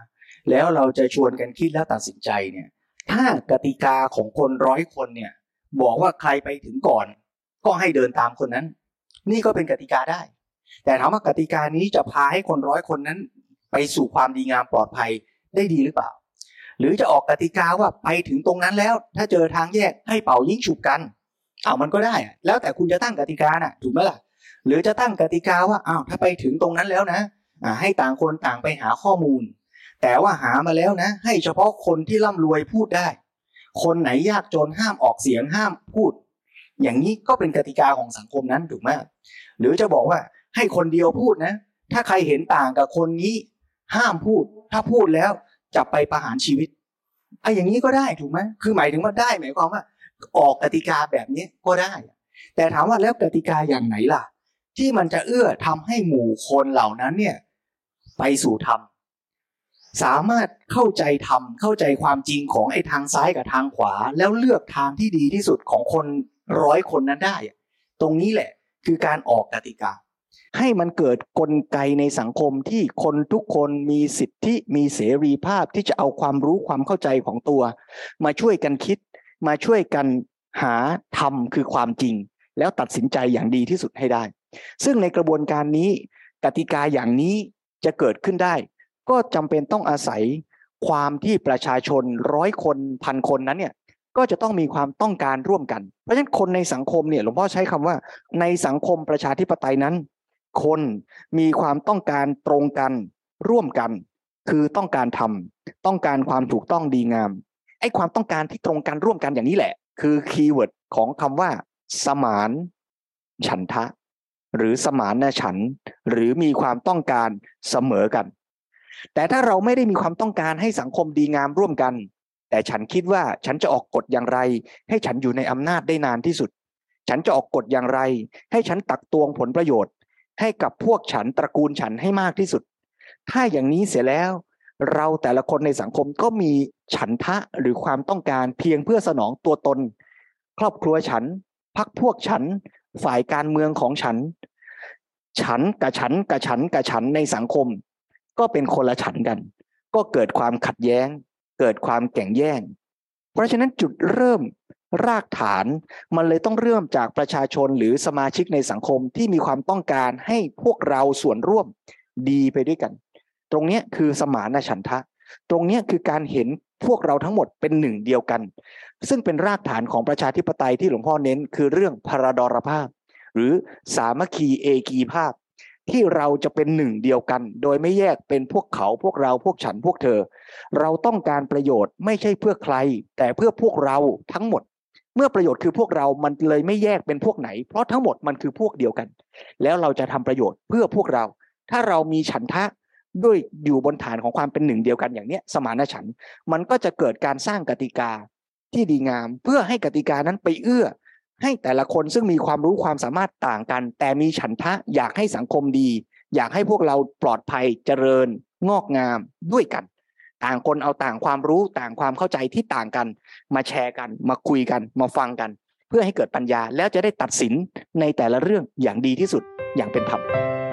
แล้วเราจะชวนกันคิดแล้วตัดสินใจเนี่ยถ้ากติกาของคน100 คนเนี่ยบอกว่าใครไปถึงก่อนก็ให้เดินตามคนนั้นนี่ก็เป็นกติกาได้แต่ถามว่ากติกานี้จะพาให้คน100 คนนั้นไปสู่ความดีงามปลอดภัยได้ดีหรือเปล่าหรือจะออกกติกาว่าไปถึงตรงนั้นแล้วถ้าเจอทางแยกให้เป่ายิงฉุบกันมันก็ได้แล้วแต่คุณจะตั้งกติกาน่ะถูกไหมล่ะหรือจะตั้งกติกาว่าถ้าไปถึงตรงนั้นแล้วนะให้ต่างคนต่างไปหาข้อมูลแต่ว่าหามาแล้วนะให้เฉพาะคนที่ร่ำรวยพูดได้คนไหนยากจนห้ามออกเสียงห้ามพูดอย่างนี้ก็เป็นกติกาของสังคมนั้นถูกไหมหรือจะบอกว่าให้คนเดียวพูดนะถ้าใครเห็นต่างกับคนนี้ห้ามพูดถ้าพูดแล้วจะไปประหารชีวิตอย่างนี้ก็ได้ถูกไหมคือหมายถึงว่าได้หมายความว่าออกกติกาแบบนี้ก็ได้แต่ถามว่าแล้วกติกาอย่างไหนล่ะที่มันจะทำให้หมู่คนเหล่านั้นเนี่ยไปสู่ธรรมสามารถเข้าใจธรรมเข้าใจความจริงของไอ้ทางซ้ายกับทางขวาแล้วเลือกทางที่ดีที่สุดของคน100 คนนั้นได้ตรงนี้แหละคือการออกกติกาให้มันเกิดกลไกในสังคมที่คนทุกคนมีสิทธิมีเสรีภาพที่จะเอาความรู้ความเข้าใจของตัวมาช่วยกันคิดมาช่วยกันหาธรรมคือความจริงแล้วตัดสินใจอย่างดีที่สุดให้ได้ซึ่งในกระบวนการนี้กติกาอย่างนี้จะเกิดขึ้นได้ก็จำเป็นต้องอาศัยความที่ประชาชน100 คน1,000 คนนั้นเนี่ยก็จะต้องมีความต้องการร่วมกันเพราะฉะนั้นคนในสังคมเนี่ยหลวงพ่อใช้คำว่าในสังคมประชาธิปไตยนั้นคนมีความต้องการตรงกันร่วมกันคือต้องการทำต้องการความถูกต้องดีงามไอ้ความต้องการที่ตรงกันร่วมกันอย่างนี้แหละคือคีย์เวิร์ดของคำว่าสมานฉันทะหรือสมานฉันท์หรือมีความต้องการเสมอกันแต่ถ้าเราไม่ได้มีความต้องการให้สังคมดีงามร่วมกันแต่ฉันคิดว่าฉันจะออกกฎอย่างไรให้ฉันอยู่ในอำนาจได้นานที่สุดฉันจะออกกฎอย่างไรให้ฉันตักตวงผลประโยชน์ให้กับพวกฉันตระกูลฉันให้มากที่สุดถ้าอย่างนี้เสียแล้วเราแต่ละคนในสังคมก็มีฉันทะหรือความต้องการเพียงเพื่อสนองตัวตนครอบครัวฉันพรรคพวกฉันฝ่ายการเมืองของฉันกับฉันกับฉันกับฉันในสังคมก็เป็นคนละฉันกันก็เกิดความขัดแย้งเกิดความแข่งแย่งเพราะฉะนั้นจุดเริ่มรากฐานมันเลยต้องเริ่มจากประชาชนหรือสมาชิกในสังคมที่มีความต้องการให้พวกเราส่วนร่วมดีไปด้วยกันตรงนี้คือสมานฉันทะตรงนี้คือการเห็นพวกเราทั้งหมดเป็นหนึ่งเดียวกันซึ่งเป็นรากฐานของประชาธิปไตยที่หลวงพ่อเน้นคือเรื่องพราดรภาพหรือสามัคคีเอกีภาพที่เราจะเป็นหนึ่งเดียวกันโดยไม่แยกเป็นพวกเขาพวกเราพวกฉันพวกเธอเราต้องการประโยชน์ไม่ใช่เพื่อใครแต่เพื่อพวกเราทั้งหมดเมื่อประโยชน์คือพวกเรามันเลยไม่แยกเป็นพวกไหนเพราะทั้งหมดมันคือพวกเดียวกันแล้วเราจะทำประโยชน์เพื่อพวกเราถ้าเรามีฉันทะด้วยอยู่บนฐานของความเป็นหนึ่งเดียวกันอย่างเนี้ยสมานฉันท์มันก็จะเกิดการสร้างกติกาที่ดีงามเพื่อให้กติกานั้นไปเอื้อให้แต่ละคนซึ่งมีความรู้ความสามารถต่างกันแต่มีฉันทะอยากให้สังคมดีอยากให้พวกเราปลอดภัยเจริญงอกงามด้วยกันต่างคนเอาต่างความรู้ต่างความเข้าใจที่ต่างกันมาแชร์กันมาคุยกันมาฟังกันเพื่อให้เกิดปัญญาแล้วจะได้ตัดสินในแต่ละเรื่องอย่างดีที่สุดอย่างเป็นธรรม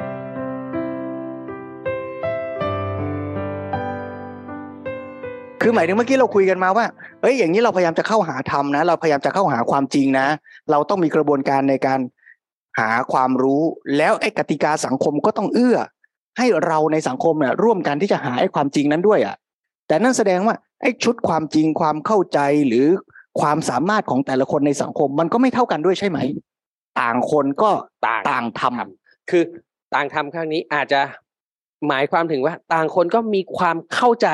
คือหมายถึงเมื่อกี้เราคุยกันมาว่าอย่างนี้เราพยายามจะเข้าหาธรรมนะเราพยายามจะเข้าหาความจริงนะเราต้องมีกระบวนการในการหาความรู้แล้วไอ้กติกาสังคมก็ต้องเอื้อให้เราในสังคมเนี่ยร่วมกันที่จะหาไอ้ความจริงนั้นด้วยแต่นั่นแสดงว่าไอ้ชุดความจริงความเข้าใจหรือความสามารถของแต่ละคนในสังคมมันก็ไม่เท่ากันด้วยใช่ไหมต่างคนก็ต่างทำคือต่างทำครั้งนี้อาจจะหมายความถึงว่าต่างคนก็มีความเข้าใจ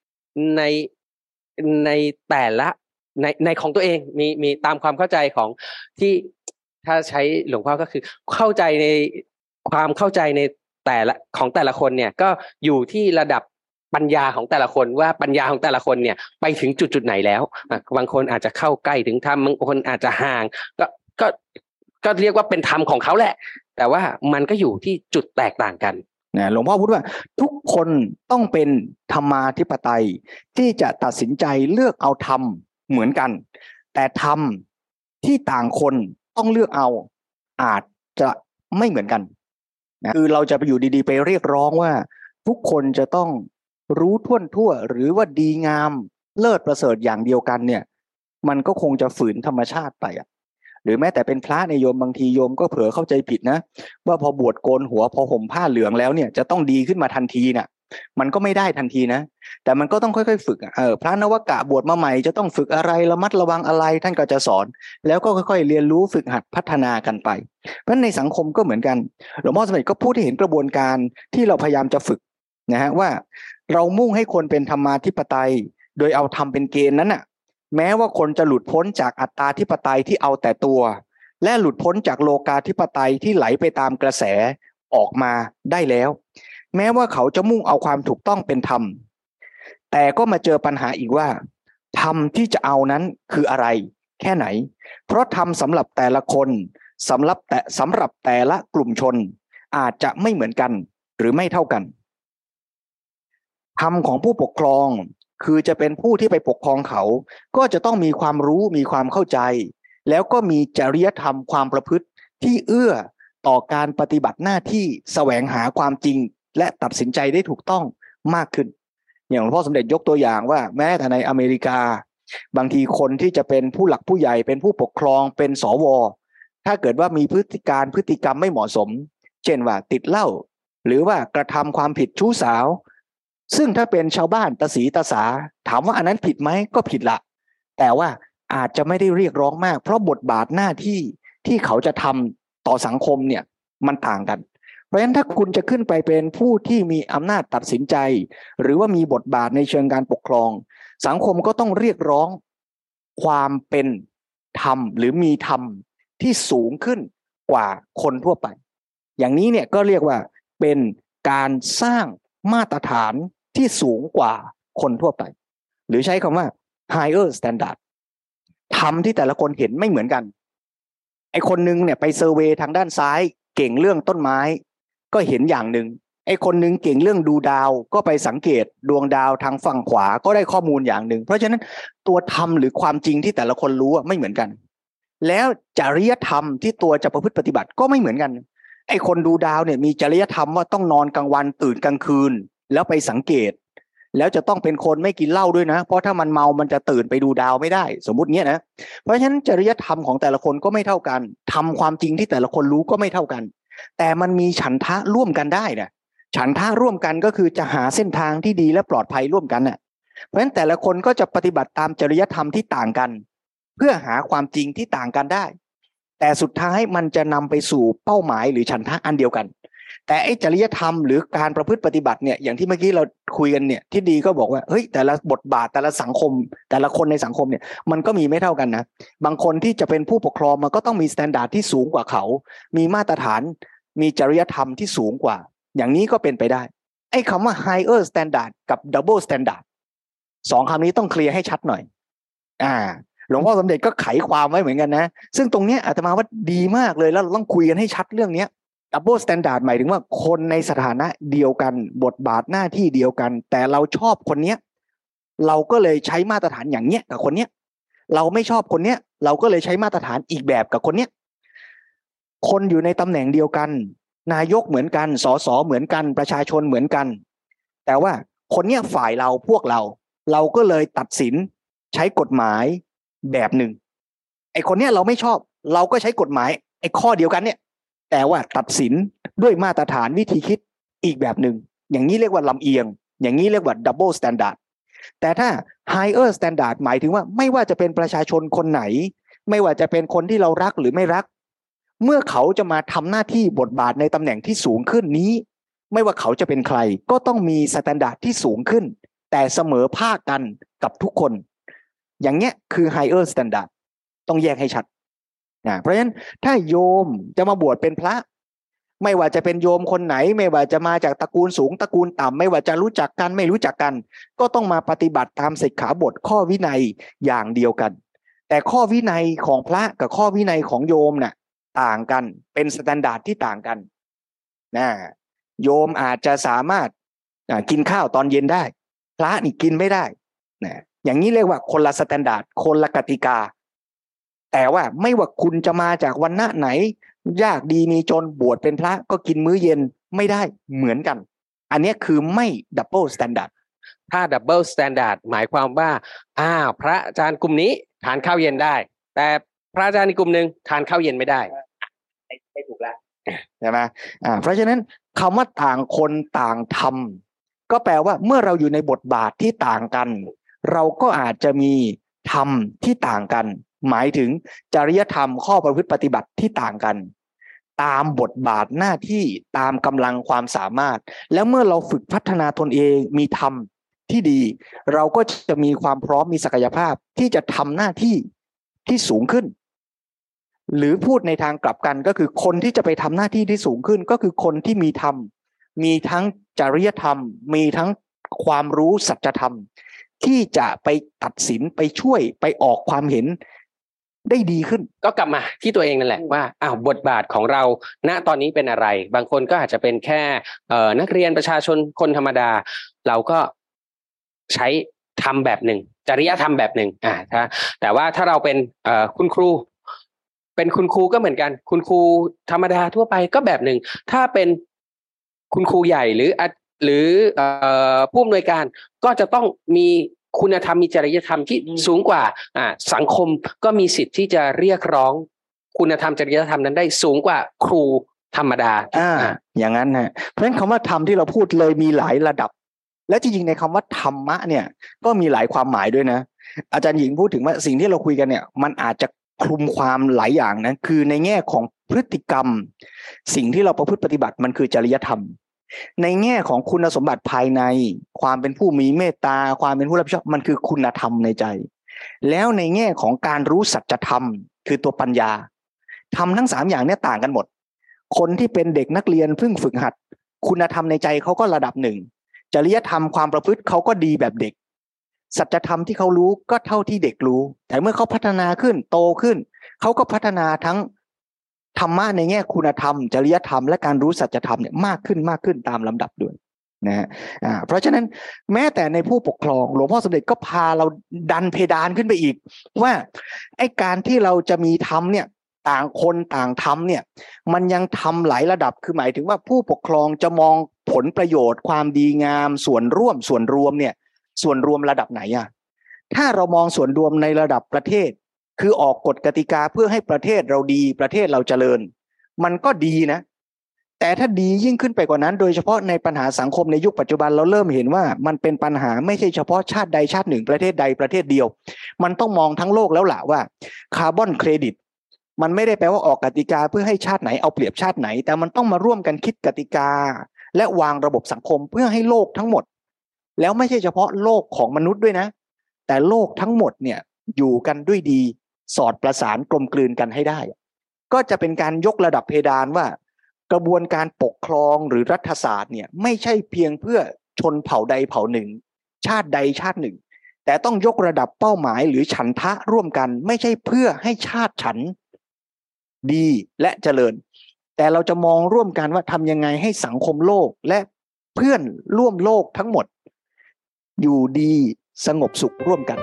ในแต่ละในของตัวเองมีตามความเข้าใจของที่ถ้าใช้หลวงพ่อก็คือเข้าใจในความเข้าใจในแต่ละคนเนี่ยก็อยู่ที่ระดับปัญญาของแต่ละคนว่าปัญญาของแต่ละคนเนี่ยไปถึงจุดไหนแล้วบางคนอาจจะเข้าใกล้ถึงธรรมบางคนอาจจะห่างก็เรียกว่าเป็นธรรมของเขาแหละแต่ว่ามันก็อยู่ที่จุดแตกต่างกันหลวงพ่อพูดว่าทุกคนต้องเป็นธรรมาธิปไตยที่จะตัดสินใจเลือกเอาธรรมเหมือนกันแต่ธรรมที่ต่างคนต้องเลือกเอาอาจจะไม่เหมือนกันคือเราจะไปอยู่ดีๆไปเรียกร้องว่าทุกคนจะต้องรู้ทั่วหรือว่าดีงามเลิศประเสริฐอย่างเดียวกันเนี่ยมันก็คงจะฝืนธรรมชาติไปหรือแม้แต่เป็นพระในโยมบางทีโยมก็เผลอเข้าใจผิดนะว่าพอบวชโกนหัวพอห่มผ้าเหลืองแล้วเนี่ยจะต้องดีขึ้นมาทันทีน่ะมันก็ไม่ได้ทันทีนะแต่มันก็ต้องค่อยๆฝึกพระนวกะบวชมาใหม่จะต้องฝึกอะไรระมัดระวังอะไรท่านก็จะสอนแล้วก็ค่อยๆเรียนรู้ฝึกหัดพัฒนากันไปเพราะในสังคมก็เหมือนกันหลวงพ่อสมเด็จก็พูดให้เห็นกระบวนการที่เราพยายามจะฝึกนะฮะว่าเรามุ่งให้คนเป็นธรรมาธิปไตยโดยเอาธรรมเป็นเกณฑ์นั้นน่ะแม้ว่าคนจะหลุดพ้นจากอัตตาธิปไตยที่เอาแต่ตัวและหลุดพ้นจากโลกาธิปไตยที่ไหลไปตามกระแสออกมาได้แล้วแม้ว่าเขาจะมุ่งเอาความถูกต้องเป็นธรรมแต่ก็มาเจอปัญหาอีกว่าธรรมที่จะเอานั้นคืออะไรแค่ไหนเพราะธรรมสำหรับแต่ละคนสำหรับแต่ละกลุ่มชนอาจจะไม่เหมือนกันหรือไม่เท่ากันธรรมของผู้ปกครองคือจะเป็นผู้ที่ไปปกครองเขาก็จะต้องมีความรู้มีความเข้าใจแล้วก็มีจริยธรรมความประพฤติที่เอื้อต่อการปฏิบัติหน้าที่แสวงหาความจริงและตัดสินใจได้ถูกต้องมากขึ้นอย่างหลวงพ่อสมเด็จยกตัวอย่างว่าแม้แต่ในอเมริกาบางทีคนที่จะเป็นผู้หลักผู้ใหญ่เป็นผู้ปกครองเป็นสวถ้าเกิดว่ามีพฤติกรรมไม่เหมาะสมเช่นว่าติดเหล้าหรือว่ากระทำความผิดชู้สาวซึ่งถ้าเป็นชาวบ้านตาสีตาสาถามว่าอันนั้นผิดไหมก็ผิดละแต่ว่าอาจจะไม่ได้เรียกร้องมากเพราะบทบาทหน้าที่ที่เขาจะทำต่อสังคมเนี่ยมันต่างกันเพราะฉะนั้นถ้าคุณจะขึ้นไปเป็นผู้ที่มีอำนาจตัดสินใจหรือว่ามีบทบาทในเชิงการปกครองสังคมก็ต้องเรียกร้องความเป็นธรรมหรือมีธรรมที่สูงขึ้นกว่าคนทั่วไปอย่างนี้เนี่ยก็เรียกว่าเป็นการสร้างมาตรฐานที่สูงกว่าคนทั่วไปหรือใช้คำว่า higher standard ธรรมที่แต่ละคนเห็นไม่เหมือนกันไอ้คนนึงเนี่ยไปเซอร์เวย์ทางด้านซ้ายเก่งเรื่องต้นไม้ก็เห็นอย่างหนึ่งไอ้คนนึงเก่งเรื่องดูดาวก็ไปสังเกตดวงดาวทางฝั่งขวาก็ได้ข้อมูลอย่างหนึ่งเพราะฉะนั้นตัวธรรมหรือความจริงที่แต่ละคนรู้ไม่เหมือนกันแล้วจริยธรรมที่ตัวจะประพฤติปฏิบัติก็ไม่เหมือนกันไอ้คนดูดาวเนี่ยมีจริยธรรมว่าต้องนอนกลางวันตื่นกลางคืนแล้วไปสังเกตแล้วจะต้องเป็นคนไม่กินเหล้าด้วยนะเพราะถ้ามันเมามันจะตื่นไปดูดาวไม่ได้สมมุติเนี้ยนะเพราะฉะนั้นจริยธรรมของแต่ละคนก็ไม่เท่ากันทำความจริงที่แต่ละคนรู้ก็ไม่เท่ากันแต่มันมีฉันทะร่วมกันได้นะฉันทะร่วมกันก็คือจะหาเส้นทางที่ดีและปลอดภัยร่วมกันน่ะเพราะฉะนั้นแต่ละคนก็จะปฏิบัติตามจริยธรรมที่ต่างกันเพื่อหาความจริงที่ต่างกันได้แต่สุดท้ายมันจะนำไปสู่เป้าหมายหรือฉันทะอันเดียวกันแต่ไอ้จริยธรรมหรือการประพฤติปฏิบัติเนี่ยอย่างที่เมื่อกี้เราคุยกันเนี่ยที่ดีก็บอกว่าเฮ้ยแต่ละบทบาทแต่ละสังคมแต่ละคนในสังคมเนี่ยมันก็มีไม่เท่ากันนะบางคนที่จะเป็นผู้ปกครองมันก็ต้องมีมาตรฐานที่สูงกว่าเขามีมาตรฐานมีจริยธรรมที่สูงกว่าอย่างนี้ก็เป็นไปได้ไอ้คำว่า higher standard กับ double standard สองคำนี้ต้องเคลียร์ให้ชัดหน่อยหลวงพ่อสมเด็จก็ไขความไว้เหมือนกันนะซึ่งตรงเนี้ยอาตมาว่าดีมากเลยแล้วเราต้องคุยกันให้ชัดเรื่องเนี้ยdouble standard หมายถึงว่าคนในสถานะเดียวกันบทบาทหน้าที่เดียวกันแต่เราชอบคนเนี้ยเราก็เลยใช้มาตรฐานอย่างเนี้ยกับคนเนี้ยเราไม่ชอบคนเนี้ยเราก็เลยใช้มาตรฐานอีกแบบกับคนเนี้ยคนอยู่ในตำแหน่งเดียวกันนายกเหมือนกันสสเหมือนกันประชาชนเหมือนกันแต่ว่าคนเนี้ยฝ่ายเราพวกเราก็เลยตัดสินใช้กฎหมายแบบหนึ่งไอ้คนเนี้ยเราไม่ชอบเราก็ใช้กฎหมายไอ้ข้อเดียวกันเนี่ยแต่ว่าตัดสินด้วยมาตรฐานวิธีคิดอีกแบบหนึ่งอย่างนี้เรียกว่าลำเอียงอย่างนี้เรียกว่า double standard แต่ถ้า higher standard หมายถึงว่าไม่ว่าจะเป็นประชาชนคนไหนไม่ว่าจะเป็นคนที่เรารักหรือไม่รักเมื่อเขาจะมาทำหน้าที่บทบาทในตำแหน่งที่สูงขึ้นนี้ไม่ว่าเขาจะเป็นใครก็ต้องมีสแตนดาร์ดที่สูงขึ้นแต่เสมอภาคกันกับทุกคนอย่างเงี้ยคือ higher standard ต้องแยกให้ชัดเพราะฉะนั้นถ้าโยมจะมาบวชเป็นพระไม่ว่าจะเป็นโยมคนไหนไม่ว่าจะมาจากตระกูลสูงตระกูลต่ำไม่ว่าจะรู้จักกันไม่รู้จักกันก็ต้องมาปฏิบัติตามสิกขาบทข้อวินัยอย่างเดียวกันแต่ข้อวินัยของพระกับข้อวินัยของโยมน่ะต่างกันเป็นสแตนดาร์ดที่ต่างกันโยมอาจจะสามารถกินข้าวตอนเย็นได้พระนี่กินไม่ได้อย่างนี้เรียกว่าคนละสแตนดาร์ดคนละกติกาแต่ว่าไม่ว่าคุณจะมาจากวรรณะไหนยากดีมีจนบวชเป็นพระก็กินมื้อเย็นไม่ได้เหมือนกันอันนี้คือไม่ double standard ถ้าดับเบิลสแตนดาร์ดหมายความว่าพระอาจารย์กลุ่มนี้ทานข้าวเย็นได้แต่พระอาจารย์อีกกลุ่มหนึ่งทานข้าวเย็นไม่ได้ไม่ถูกแล้วใช่ไหมเพราะฉะนั้นคำว่าต่างคนต่างทำก็แปลว่าเมื่อเราอยู่ในบทบาทที่ต่างกันเราก็อาจจะมีธรรมที่ต่างกันหมายถึงจริยธรรมข้อประพฤติปฏิบัติที่ต่างกันตามบทบาทหน้าที่ตามกำลังความสามารถแล้วเมื่อเราฝึกพัฒนาตนเองมีธรรมที่ดีเราก็จะมีความพร้อมมีศักยภาพที่จะทำหน้าที่ที่สูงขึ้นหรือพูดในทางกลับกันก็คือคนที่จะไปทำหน้าที่ที่สูงขึ้นก็คือคนที่มีธรรมมีทั้งจริยธรรมมีทั้งความรู้สัจธรรมที่จะไปตัดสินไปช่วยไปออกความเห็นได้ดีขึ้นก็กลับมาที่ตัวเองนั่นแหละว่าบทบาทของเราณตอนนี้เป็นอะไรบางคนก็อาจจะเป็นแค่นักเรียนประชาชนคนธรรมดาเราก็ใช้ทำแบบหนึ่งจริยธรรมแบบหนึ่งแต่ว่าถ้าเราเป็นคุณครูเป็นคุณครูก็เหมือนกันคุณครูธรรมดาทั่วไปก็แบบหนึ่งถ้าเป็นคุณครูใหญ่หรือผู้อำนวยการก็จะต้องมีคุณธรรมมีจริยธรรมที่สูงกว่าสังคมก็มีสิทธิ์ที่จะเรียกร้องคุณธรรมจริยธรรมนั้นได้สูงกว่าครูธรรมดาอย่างนั้นนะเพราะฉะนั้นคำว่าธรรมที่เราพูดเลยมีหลายระดับและจริงๆในคำว่าธรรมะเนี่ยก็มีหลายความหมายด้วยนะอาจารย์หญิงพูดถึงว่าสิ่งที่เราคุยกันเนี่ยมันอาจจะคลุมความหลายอย่างนะคือในแง่ของพฤติกรรมสิ่งที่เราประพฤติปฏิบัติมันคือจริยธรรมในแง่ของคุณสมบัติภายในความเป็นผู้มีเมตตาความเป็นผู้รับผิดชอบมันคือคุณธรรมในใจแล้วในแง่ของการรู้สัจธรรมคือตัวปัญญาธรรมทั้ง3อย่างเนี่ยต่างกันหมดคนที่เป็นเด็กนักเรียนเพิ่งฝึกหัดคุณธรรมในใจเขาก็ระดับหนึ่งจริยธรรมความประพฤติเขาก็ดีแบบเด็กสัจธรรมที่เขารู้ก็เท่าที่เด็กรู้แต่เมื่อเขาพัฒนาขึ้นโตขึ้นเขาก็พัฒนาทั้งธรรมะในแง่คุณธรรมจริยธรรมและการรู้สัจธรรมเนี่ยมากขึ้นตามลำดับด้วยนะฮะเพราะฉะนั้นแม้แต่ในผู้ปกครองหลวงพ่อสมเด็จก็พาเราดันเพดานขึ้นไปอีกว่าไอ้การที่เราจะมีธรรมเนี่ยต่างคนต่างทำเนี่ยมันยังทำหลายระดับคือหมายถึงว่าผู้ปกครองจะมองผลประโยชน์ความดีงามส่วนร่วมส่วนรวมเนี่ยส่วนรวมระดับไหนถ้าเรามองส่วนรวมในระดับประเทศคือออกกฎกติกาเพื่อให้ประเทศเราดีประเทศเราเจริญมันก็ดีนะแต่ถ้าดียิ่งขึ้นไปกว่านั้นโดยเฉพาะในปัญหาสังคมในยุคปัจจุบันเราเริ่มเห็นว่ามันเป็นปัญหาไม่ใช่เฉพาะชาติใดชาติหนึ่งประเทศใดประเทศเดียวมันต้องมองทั้งโลกแล้วล่ะว่าคาร์บอนเครดิตมันไม่ได้แปลว่าออกกติกาเพื่อให้ชาติไหนเอาเปรียบชาติไหนแต่มันต้องมาร่วมกันคิดกติกาและวางระบบสังคมเพื่อให้โลกทั้งหมดแล้วไม่ใช่เฉพาะโลกของมนุษย์ด้วยนะแต่โลกทั้งหมดเนี่ยอยู่กันด้วยดีสอดประสานกลมกลืนกันให้ได้ก็จะเป็นการยกระดับเพดานว่ากระบวนการปกครองหรือรัฐศาสตร์เนี่ยไม่ใช่เพียงเพื่อชนเผ่าใดเผ่าหนึ่งชาติใดชาติหนึ่งแต่ต้องยกระดับเป้าหมายหรือฉันทะร่วมกันไม่ใช่เพื่อให้ชาติฉันดีและเจริญแต่เราจะมองร่วมกันว่าทำยังไงให้สังคมโลกและเพื่อนร่วมโลกทั้งหมดอยู่ดีสงบสุขร่วมกัน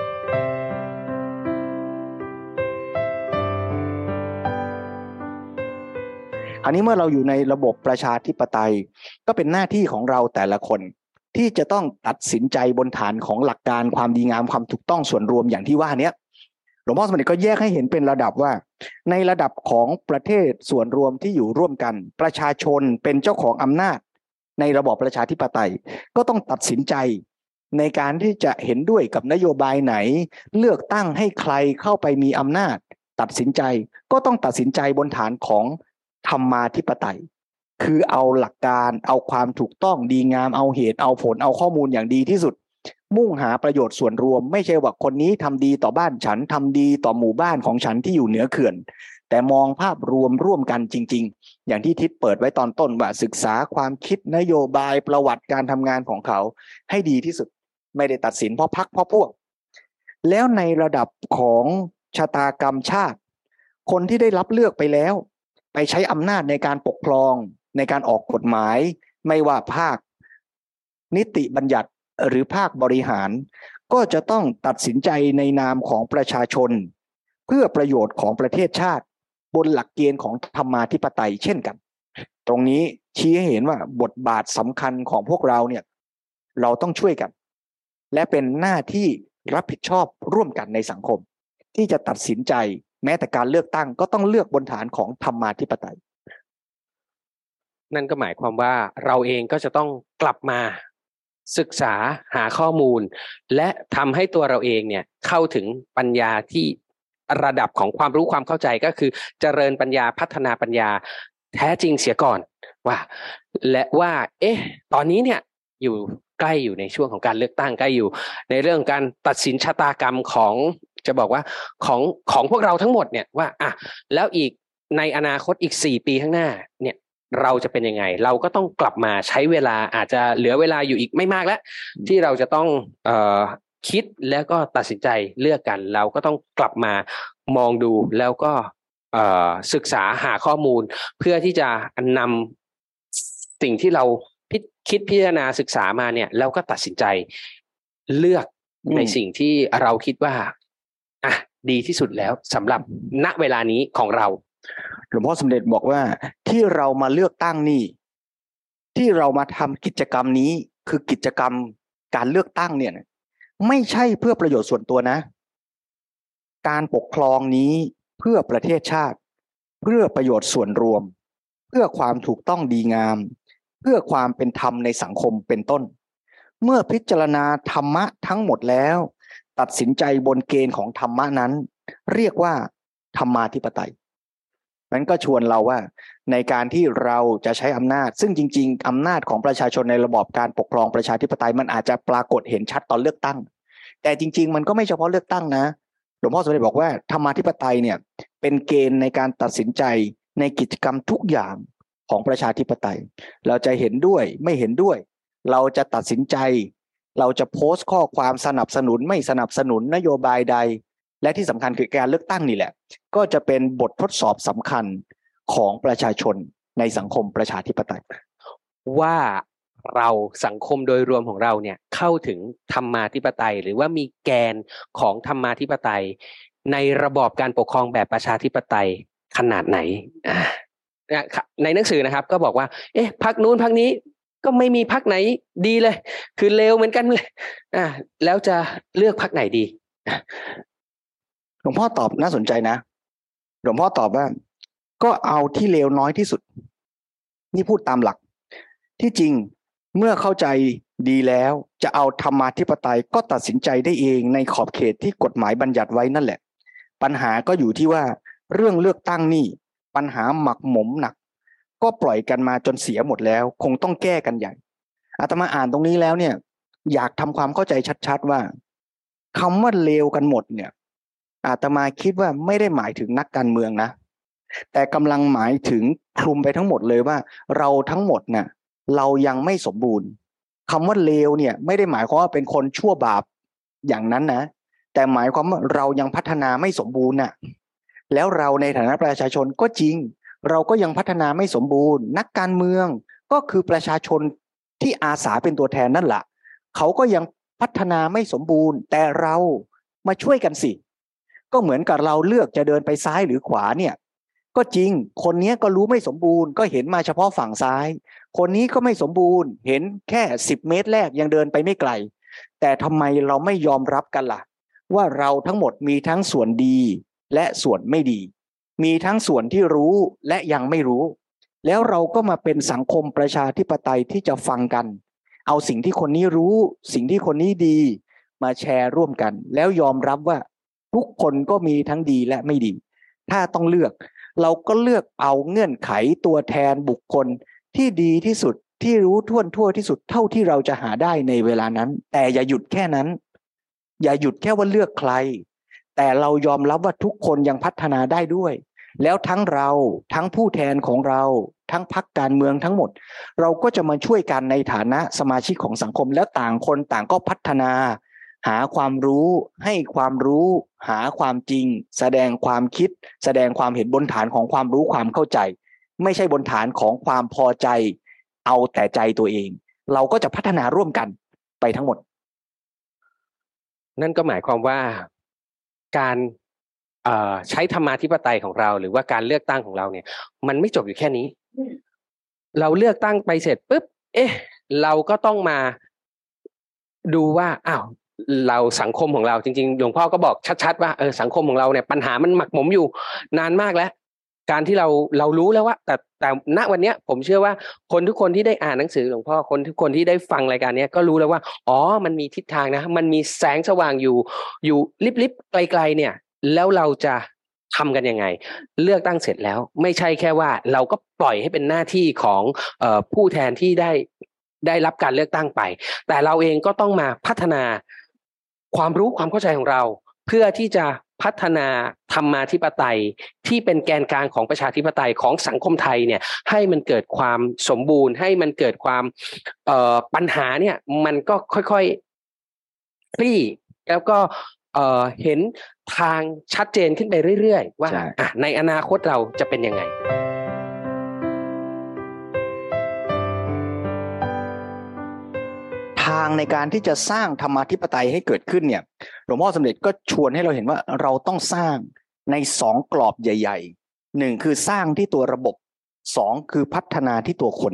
อันนี้เมื่อเราอยู่ในระบบประชาธิปไตยก็เป็นหน้าที่ของเราแต่ละคนที่จะต้องตัดสินใจบนฐานของหลักการความดีงามความถูกต้องส่วนรวมอย่างที่ว่านี้หลวงพ่อสมเด็จก็แยกให้เห็นเป็นระดับว่าในระดับของประเทศส่วนรวมที่อยู่ร่วมกันประชาชนเป็นเจ้าของอำนาจในระบอบประชาธิปไตยก็ต้องตัดสินใจในการที่จะเห็นด้วยกับนโยบายไหนเลือกตั้งให้ใครเข้าไปมีอำนาจตัดสินใจก็ต้องตัดสินใจบนฐานของธรรมาธิปไตยคือเอาหลักการเอาความถูกต้องดีงามเอาเหตุเอาผลเอาข้อมูลอย่างดีที่สุดมุ่งหาประโยชน์ส่วนรวมไม่ใช่ว่าคนนี้ทำดีต่อบ้านฉันทำดีต่อหมู่บ้านของฉันที่อยู่เหนือเขื่อนแต่มองภาพรวมร่วมกันจริงๆอย่างที่ทิศเปิดไว้ตอนต้นว่าศึกษาความคิดนโยบายประวัติการทำงานของเขาให้ดีที่สุดไม่ได้ตัดสินเพราะพรรคเพราะพวกแล้วในระดับของชะตากรรมชาติคนที่ได้รับเลือกไปแล้วไปใช้อำนาจในการปกครองในการออกกฎหมายไม่ว่าภาคนิติบัญญัติหรือภาคบริหารก็จะต้องตัดสินใจในนามของประชาชนเพื่อประโยชน์ของประเทศชาติบนหลักเกณฑ์ของธรรมาธิปไตยเช่นกันตรงนี้ชี้ให้เห็นว่าบทบาทสำคัญของพวกเราเนี่ยเราต้องช่วยกันและเป็นหน้าที่รับผิดชอบร่วมกันในสังคมที่จะตัดสินใจแม้แต่การเลือกตั้งก็ต้องเลือกบนฐานของธรรมาธิปไตยนั่นก็หมายความว่าเราเองก็จะต้องกลับมาศึกษาหาข้อมูลและทำให้ตัวเราเองเนี่ยเข้าถึงปัญญาที่ระดับของความรู้ความเข้าใจก็คือเจริญปัญญาพัฒนาปัญญาแท้จริงเสียก่อนว่าตอนนี้เนี่ยอยู่ใกล้อยู่ในช่วงของการเลือกตั้งใกล้อยู่ในเรื่องการตัดสินชะตากรรมของจะบอกว่าของพวกเราทั้งหมดเนี่ยว่าแล้วอีกในอนาคตอีก4 ปีข้างหน้าเนี่ยเราจะเป็นยังไงเราก็ต้องกลับมาใช้เวลาอาจจะเหลือเวลาอยู่อีกไม่มากแล้วที่เราจะต้องคิดแล้วก็ตัดสินใจเลือกกันเราก็ต้องกลับมามองดูแล้วก็ศึกษาหาข้อมูลเพื่อที่จะนำสิ่งที่เราคิดพิจารณาศึกษามาเนี่ยแล้วก็ตัดสินใจเลือกในสิ่งที่เราคิดว่าดีที่สุดแล้วสำหรับณเวลานี้ของเราหลวงพ่อสมเด็จบอกว่าที่เรามาเลือกตั้งนี่ที่เรามาทำกิจกรรมนี้คือกิจกรรมการเลือกตั้งเนี่ยไม่ใช่เพื่อประโยชน์ส่วนตัวนะการปกครองนี้เพื่อประเทศชาติเพื่อประโยชน์ส่วนรวมเพื่อความถูกต้องดีงามเพื่อความเป็นธรรมในสังคมเป็นต้นเมื่อพิจารณาธรรมะทั้งหมดแล้วตัดสินใจบนเกณฑ์ของธรรมะนั้นเรียกว่าธรรมาธิปไตยนั้นก็ชวนเราว่าในการที่เราจะใช้อำนาจซึ่งจริงๆอำนาจของประชาชนในระบอบการปกครองประชาธิปไตยมันอาจจะปรากฏเห็นชัดตอนเลือกตั้งแต่จริงๆมันก็ไม่เฉพาะเลือกตั้งนะหลวงพ่อสมเด็จบอกว่าธรรมาธิปไตยเนี่ยเป็นเกณฑ์ในการตัดสินใจในกิจกรรมทุกอย่างของประชาธิปไตยเราจะเห็นด้วยไม่เห็นด้วยเราจะตัดสินใจเราจะโพสต์ข้อความสนับสนุนไม่สนับสนุนนโยบายใดและที่สำคัญคือการเลือกตั้งนี่แหละก็จะเป็นบททดสอบสำคัญของประชาชนในสังคมประชาธิปไตยว่าเราสังคมโดยรวมของเราเนี่ยเข้าถึงธรรมาธิปไตยหรือว่ามีแกนของธรรมาธิปไตยในระบอบการปกครองแบบประชาธิปไตยขนาดไหนในหนังสือนะครับก็บอกว่าพรรคนู้นพรรคนี้ก็ไม่มีพรรคไหนดีเลยคือเลวเหมือนกันเลยแล้วจะเลือกพรรคไหนดีหลวงพ่อตอบน่าสนใจนะหลวงพ่อตอบว่าก็เอาที่เลวน้อยที่สุดนี่พูดตามหลักที่จริงเมื่อเข้าใจดีแล้วจะเอาธรรมาธิปไตยก็ตัดสินใจได้เองในขอบเขตที่กฎหมายบัญญัติไว้นั่นแหละปัญหาก็อยู่ที่ว่าเรื่องเลือกตั้งนี่ปัญหาหมักหมมหนักก็ปล่อยกันมาจนเสียหมดแล้วคงต้องแก้กันใหญ่อาตมาอ่านตรงนี้แล้วเนี่ยอยากทำความเข้าใจชัดๆว่าคำว่าเลวกันหมดเนี่ยอาตมาคิดว่าไม่ได้หมายถึงนักการเมืองนะแต่กำลังหมายถึงคลุมไปทั้งหมดเลยว่าเราทั้งหมดน่ะเรายังไม่สมบูรณ์คำว่าเลวเนี่ยไม่ได้หมายความว่าเป็นคนชั่วบาปอย่างนั้นนะแต่หมายความว่าเรายังพัฒนาไม่สมบูรณ์น่ะแล้วเราในฐานะประชาชนก็จริงเราก็ยังพัฒนาไม่สมบูรณ์นักการเมืองก็คือประชาชนที่อาสาเป็นตัวแทนนั่นแหละเขาก็ยังพัฒนาไม่สมบูรณ์แต่เรามาช่วยกันสิก็เหมือนกับเราเลือกจะเดินไปซ้ายหรือขวาเนี่ยก็จริงคนนี้ก็รู้ไม่สมบูรณ์ก็เห็นมาเฉพาะฝั่งซ้ายคนนี้ก็ไม่สมบูรณ์เห็นแค่10 เมตรแรกยังเดินไปไม่ไกลแต่ทำไมเราไม่ยอมรับกันล่ะว่าเราทั้งหมดมีทั้งส่วนดีและส่วนไม่ดีมีทั้งส่วนที่รู้และยังไม่รู้แล้วเราก็มาเป็นสังคมประชาธิปไตยที่จะฟังกันเอาสิ่งที่คนนี้รู้สิ่งที่คนนี้ดีมาแชร์ร่วมกันแล้วยอมรับว่าทุกคนก็มีทั้งดีและไม่ดีถ้าต้องเลือกเราก็เลือกเอาเงื่อนไขตัวแทนบุคคลที่ดีที่สุดที่รู้ทั่วที่สุดเท่าที่เราจะหาได้ในเวลานั้นแต่อย่าหยุดแค่นั้นอย่าหยุดแค่ว่าเลือกใครแต่เรายอมรับว่าทุกคนยังพัฒนาได้ด้วยแล้วทั้งเราทั้งผู้แทนของเราทั้งพรรคการเมืองทั้งหมดเราก็จะมาช่วยกันในฐานะสมาชิกของสังคมแล้วต่างคนต่างก็พัฒนาหาความรู้ให้ความรู้หาความจริงแสดงความคิดแสดงความเห็นบนฐานของความรู้ความเข้าใจไม่ใช่บนฐานของความพอใจเอาแต่ใจตัวเองเราก็จะพัฒนาร่วมกันไปทั้งหมดนั่นก็หมายความว่าการใช้ธรรมาธิปไตยของเราหรือว่าการเลือกตั้งของเราเนี่ยมันไม่จบอยู่แค่นี้เราเลือกตั้งไปเสร็จปุ๊บเราก็ต้องมาดูว่าอ้าวเราสังคมของเราจริงๆหลวงพ่อก็บอกชัดๆว่าสังคมของเราเนี่ยปัญหามันหมักหมมอยู่นานมากแล้วการที่เรารู้แล้วว่าแต่ณวันเนี้ยผมเชื่อว่าคนทุกคนที่ได้อ่านหนังสือหลวงพ่อคนทุกคนที่ได้ฟังรายการนี้ก็รู้แล้วว่ามันมีทิศทางนะมันมีแสงสว่างอยู่ลิบๆไกลๆเนี่ยแล้วเราจะทำกันยังไงเลือกตั้งเสร็จแล้วไม่ใช่แค่ว่าเราก็ปล่อยให้เป็นหน้าที่ของผู้แทนที่ได้รับการเลือกตั้งไปแต่เราเองก็ต้องมาพัฒนาความรู้ความเข้าใจของเราเพื่อที่จะพัฒนาธรรมาธิปไตยที่เป็นแกนกลางของประชาธิปไตยของสังคมไทยเนี่ยให้มันเกิดความสมบูรณ์ให้มันเกิดความปัญหาเนี่ยมันก็ค่อยๆคลี่แล้วก็เห็นทางชัดเจนขึ้นไปเรื่อยๆว่าในอนาคตเราจะเป็นยังไงทางในการที่จะสร้างธรรมาธิปไตยให้เกิดขึ้นเนี่ยหลวงพ่อสมเด็จก็ชวนให้เราเห็นว่าเราต้องสร้างใน2กรอบใหญ่ๆ1คือสร้างที่ตัวระบบ2คือพัฒนาที่ตัวคน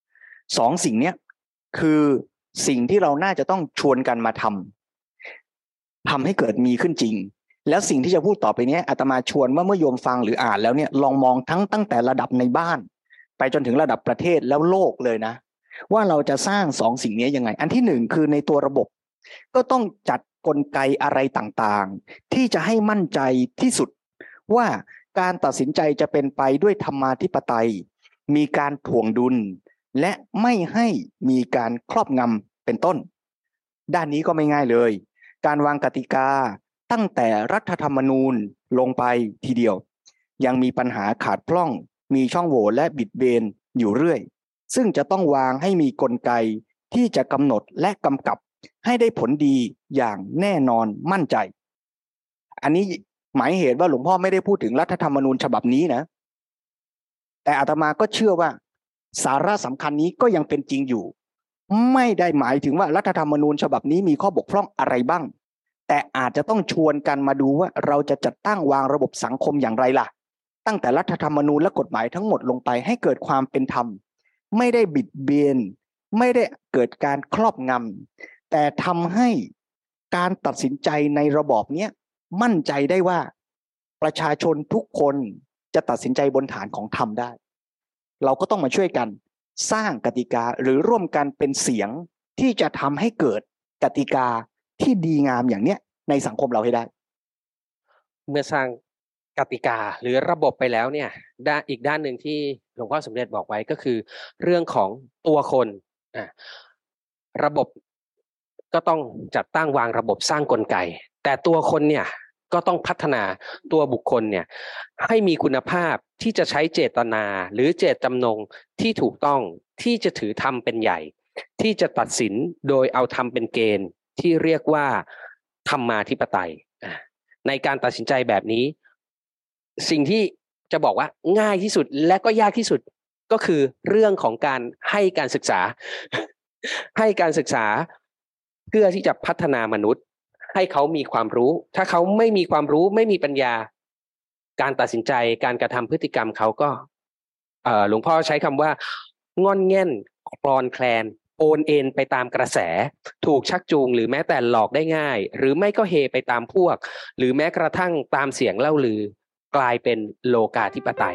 2สิ่งนี้คือสิ่งที่เราน่าจะต้องชวนกันมาทำให้เกิดมีขึ้นจริงแล้วสิ่งที่จะพูดต่อไปนี้อาตมาชวนว่าเมื่อโยมฟังหรืออ่านแล้วเนี่ยลองมองตั้งแต่ระดับในบ้านไปจนถึงระดับประเทศแล้วโลกเลยนะว่าเราจะสร้าง2สิ่งนี้ยังไงอันที่1คือในตัวระบบก็ต้องจัดกลไกอะไรต่างๆที่จะให้มั่นใจที่สุดว่าการตัดสินใจจะเป็นไปด้วยธรรมาธิปไตยมีการถ่วงดุลและไม่ให้มีการครอบงำเป็นต้นด้านนี้ก็ไม่ง่ายเลยการวางกติกาตั้งแต่รัฐธรรมนูญลงไปทีเดียวยังมีปัญหาขาดพร่องมีช่องโหว่และบิดเบือนอยู่เรื่อยซึ่งจะต้องวางให้มีกลไกที่จะกำหนดและกำกับให้ได้ผลดีอย่างแน่นอนมั่นใจอันนี้หมายเหตุว่าหลวงพ่อไม่ได้พูดถึงรัฐธรรมนูญฉบับนี้นะแต่อาตมาก็เชื่อว่าสาระสำคัญนี้ก็ยังเป็นจริงอยู่ไม่ได้หมายถึงว่ารัฐธรรมนูญฉบับนี้มีข้อบกพร่องอะไรบ้างแต่อาจจะต้องชวนกันมาดูว่าเราจะจัดตั้งวางระบบสังคมอย่างไรล่ะตั้งแต่รัฐธรรมนูญและกฎหมายทั้งหมดลงไปให้เกิดความเป็นธรรมไม่ได้บิดเบียนไม่ได้เกิดการครอบงำแต่ทำให้การตัดสินใจในระบอบนี้มั่นใจได้ว่าประชาชนทุกคนจะตัดสินใจบนฐานของธรรมได้เราก็ต้องมาช่วยกันสร้างกติกาหรือร่วมกันเป็นเสียงที่จะทำให้เกิดกติกาที่ดีงามอย่างเนี้ยในสังคมเราให้ได้เมื่อสร้างกติกาหรือระบบไปแล้วเนี่ยอีกด้านหนึ่งที่หลวงพ่อสมเด็จบอกไว้ก็คือเรื่องของตัวคนระบบก็ต้องจัดตั้งวางระบบสร้างกลไกแต่ตัวคนเนี่ยก็ต้องพัฒนาตัวบุคคลเนี่ยให้มีคุณภาพที่จะใช้เจตนาหรือเจตจำนงที่ถูกต้องที่จะถือธรรมเป็นใหญ่ที่จะตัดสินโดยเอาธรรมเป็นเกณฑ์ที่เรียกว่าธรรมาธิปไตยในการตัดสินใจแบบนี้สิ่งที่จะบอกว่าง่ายที่สุดและก็ยากที่สุดก็คือเรื่องของการให้การศึกษาให้การศึกษาเพื่อที่จะพัฒนามนุษย์ให้เขามีความรู้ถ้าเขาไม่มีความรู้ไม่มีปัญญาการตัดสินใจการกระทำพฤติกรรมเขาก็หลวงพ่อใช้คำว่างอนแง่นคลอนแคลนโอนเอ็นไปตามกระแสถูกชักจูงหรือแม้แต่หลอกได้ง่ายหรือไม่ก็เฮไปตามพวกหรือแม้กระทั่งตามเสียงเล่าลือกลายเป็นโลกาธิปไตย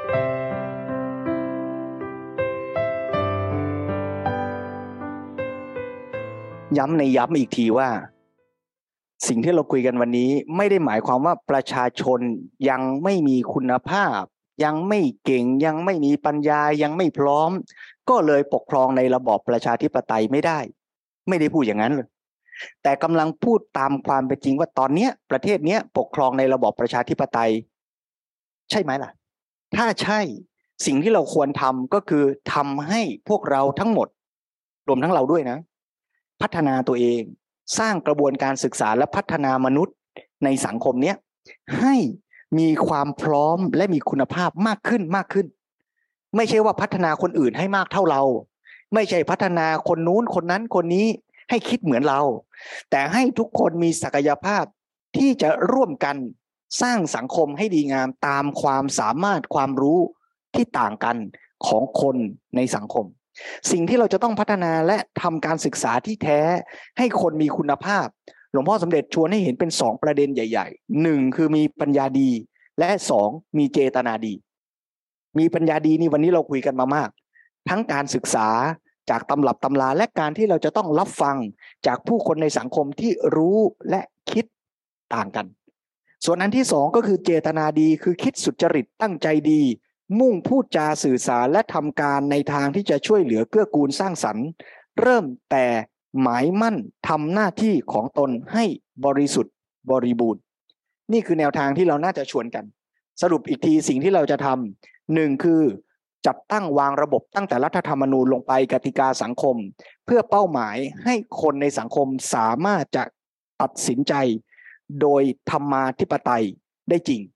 ย้ำอีกทีว่าสิ่งที่เราคุยกันวันนี้ไม่ได้หมายความว่าประชาชนยังไม่มีคุณภาพยังไม่เก่งยังไม่มีปัญญายังไม่พร้อมก็เลยปกครองในระบอบประชาธิปไตยไม่ได้พูดอย่างนั้นเลยแต่กำลังพูดตามความเป็นจริงว่าตอนนี้ประเทศนี้ปกครองในระบอบประชาธิปไตยใช่ไหมล่ะถ้าใช่สิ่งที่เราควรทำก็คือทำให้พวกเราทั้งหมดรวมทั้งเราด้วยนะพัฒนาตัวเองสร้างกระบวนการศึกษาและพัฒนามนุษย์ในสังคมนี้ให้มีความพร้อมและมีคุณภาพมากขึ้นไม่ใช่ว่าพัฒนาคนอื่นให้มากเท่าเราไม่ใช่พัฒนาคนนู้นคนนั้นคนนี้ให้คิดเหมือนเราแต่ให้ทุกคนมีศักยภาพที่จะร่วมกันสร้างสังคมให้ดีงามตามความสามารถความรู้ที่ต่างกันของคนในสังคมสิ่งที่เราจะต้องพัฒนาและทำการศึกษาที่แท้ให้คนมีคุณภาพหลวงพ่อสมเด็จชวนให้เห็นเป็น2ประเด็นใหญ่ๆ1คือมีปัญญาดีและ2มีเจตนาดีมีปัญญาดีนี่วันนี้เราคุยกันมามากทั้งการศึกษาจากตำรับตำราและการที่เราจะต้องรับฟังจากผู้คนในสังคมที่รู้และคิดต่างกันส่วนอันที่2ก็คือเจตนาดีคือคิดสุจริตตั้งใจดีมุ่งพูดจาสื่อสารและทำการในทางที่จะช่วยเหลือเกื้อกูลสร้างสรรค์เริ่มแต่หมายมั่นทำหน้าที่ของตนให้บริสุทธิ์บริบูรณ์นี่คือแนวทางที่เราน่าจะชวนกันสรุปอีกทีสิ่งที่เราจะทำ1คือจัดตั้งวางระบบตั้งแต่รัฐธรรมนูญลงไปกติกาสังคมเพื่อเป้าหมายให้คนในสังคมสามารถจะตัดสินใจโดยธรรมาธิปไตยได้จริง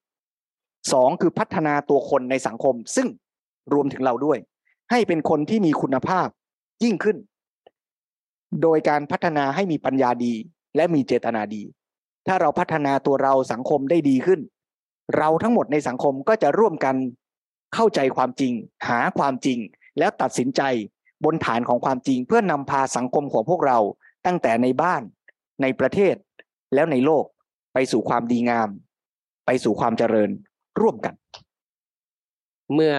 2คือพัฒนาตัวคนในสังคมซึ่งรวมถึงเราด้วยให้เป็นคนที่มีคุณภาพยิ่งขึ้นโดยการพัฒนาให้มีปัญญาดีและมีเจตนาดีถ้าเราพัฒนาตัวเราสังคมได้ดีขึ้นเราทั้งหมดในสังคมก็จะร่วมกันเข้าใจความจริงหาความจริงแล้วตัดสินใจบนฐานของความจริงเพื่อนำพาสังคมของพวกเราตั้งแต่ในบ้านในประเทศแล้วในโลกไปสู่ความดีงามไปสู่ความเจริญร่วมกันเมื่อ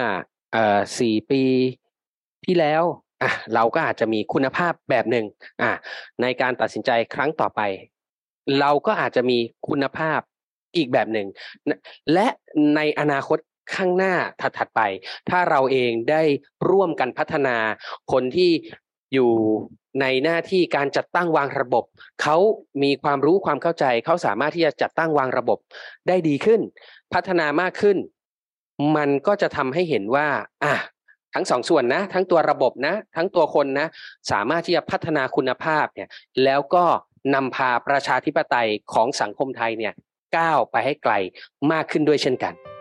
4 ปีที่แล้วเราก็อาจจะมีคุณภาพแบบหนึ่งในการตัดสินใจครั้งต่อไปเราก็อาจจะมีคุณภาพอีกแบบหนึ่งและในอนาคตข้างหน้าถัดไปถ้าเราเองได้ร่วมกันพัฒนาคนที่อยู่ในหน้าที่การจัดตั้งวางระบบเขามีความรู้ความเข้าใจเขาสามารถที่จะจัดตั้งวางระบบได้ดีขึ้นพัฒนามากขึ้นมันก็จะทำให้เห็นว่าทั้งสองส่วนนะทั้งตัวระบบนะทั้งตัวคนนะสามารถที่จะพัฒนาคุณภาพเนี่ยแล้วก็นำพาประชาธิปไตยของสังคมไทยเนี่ยก้าวไปให้ไกลมากขึ้นด้วยเช่นกัน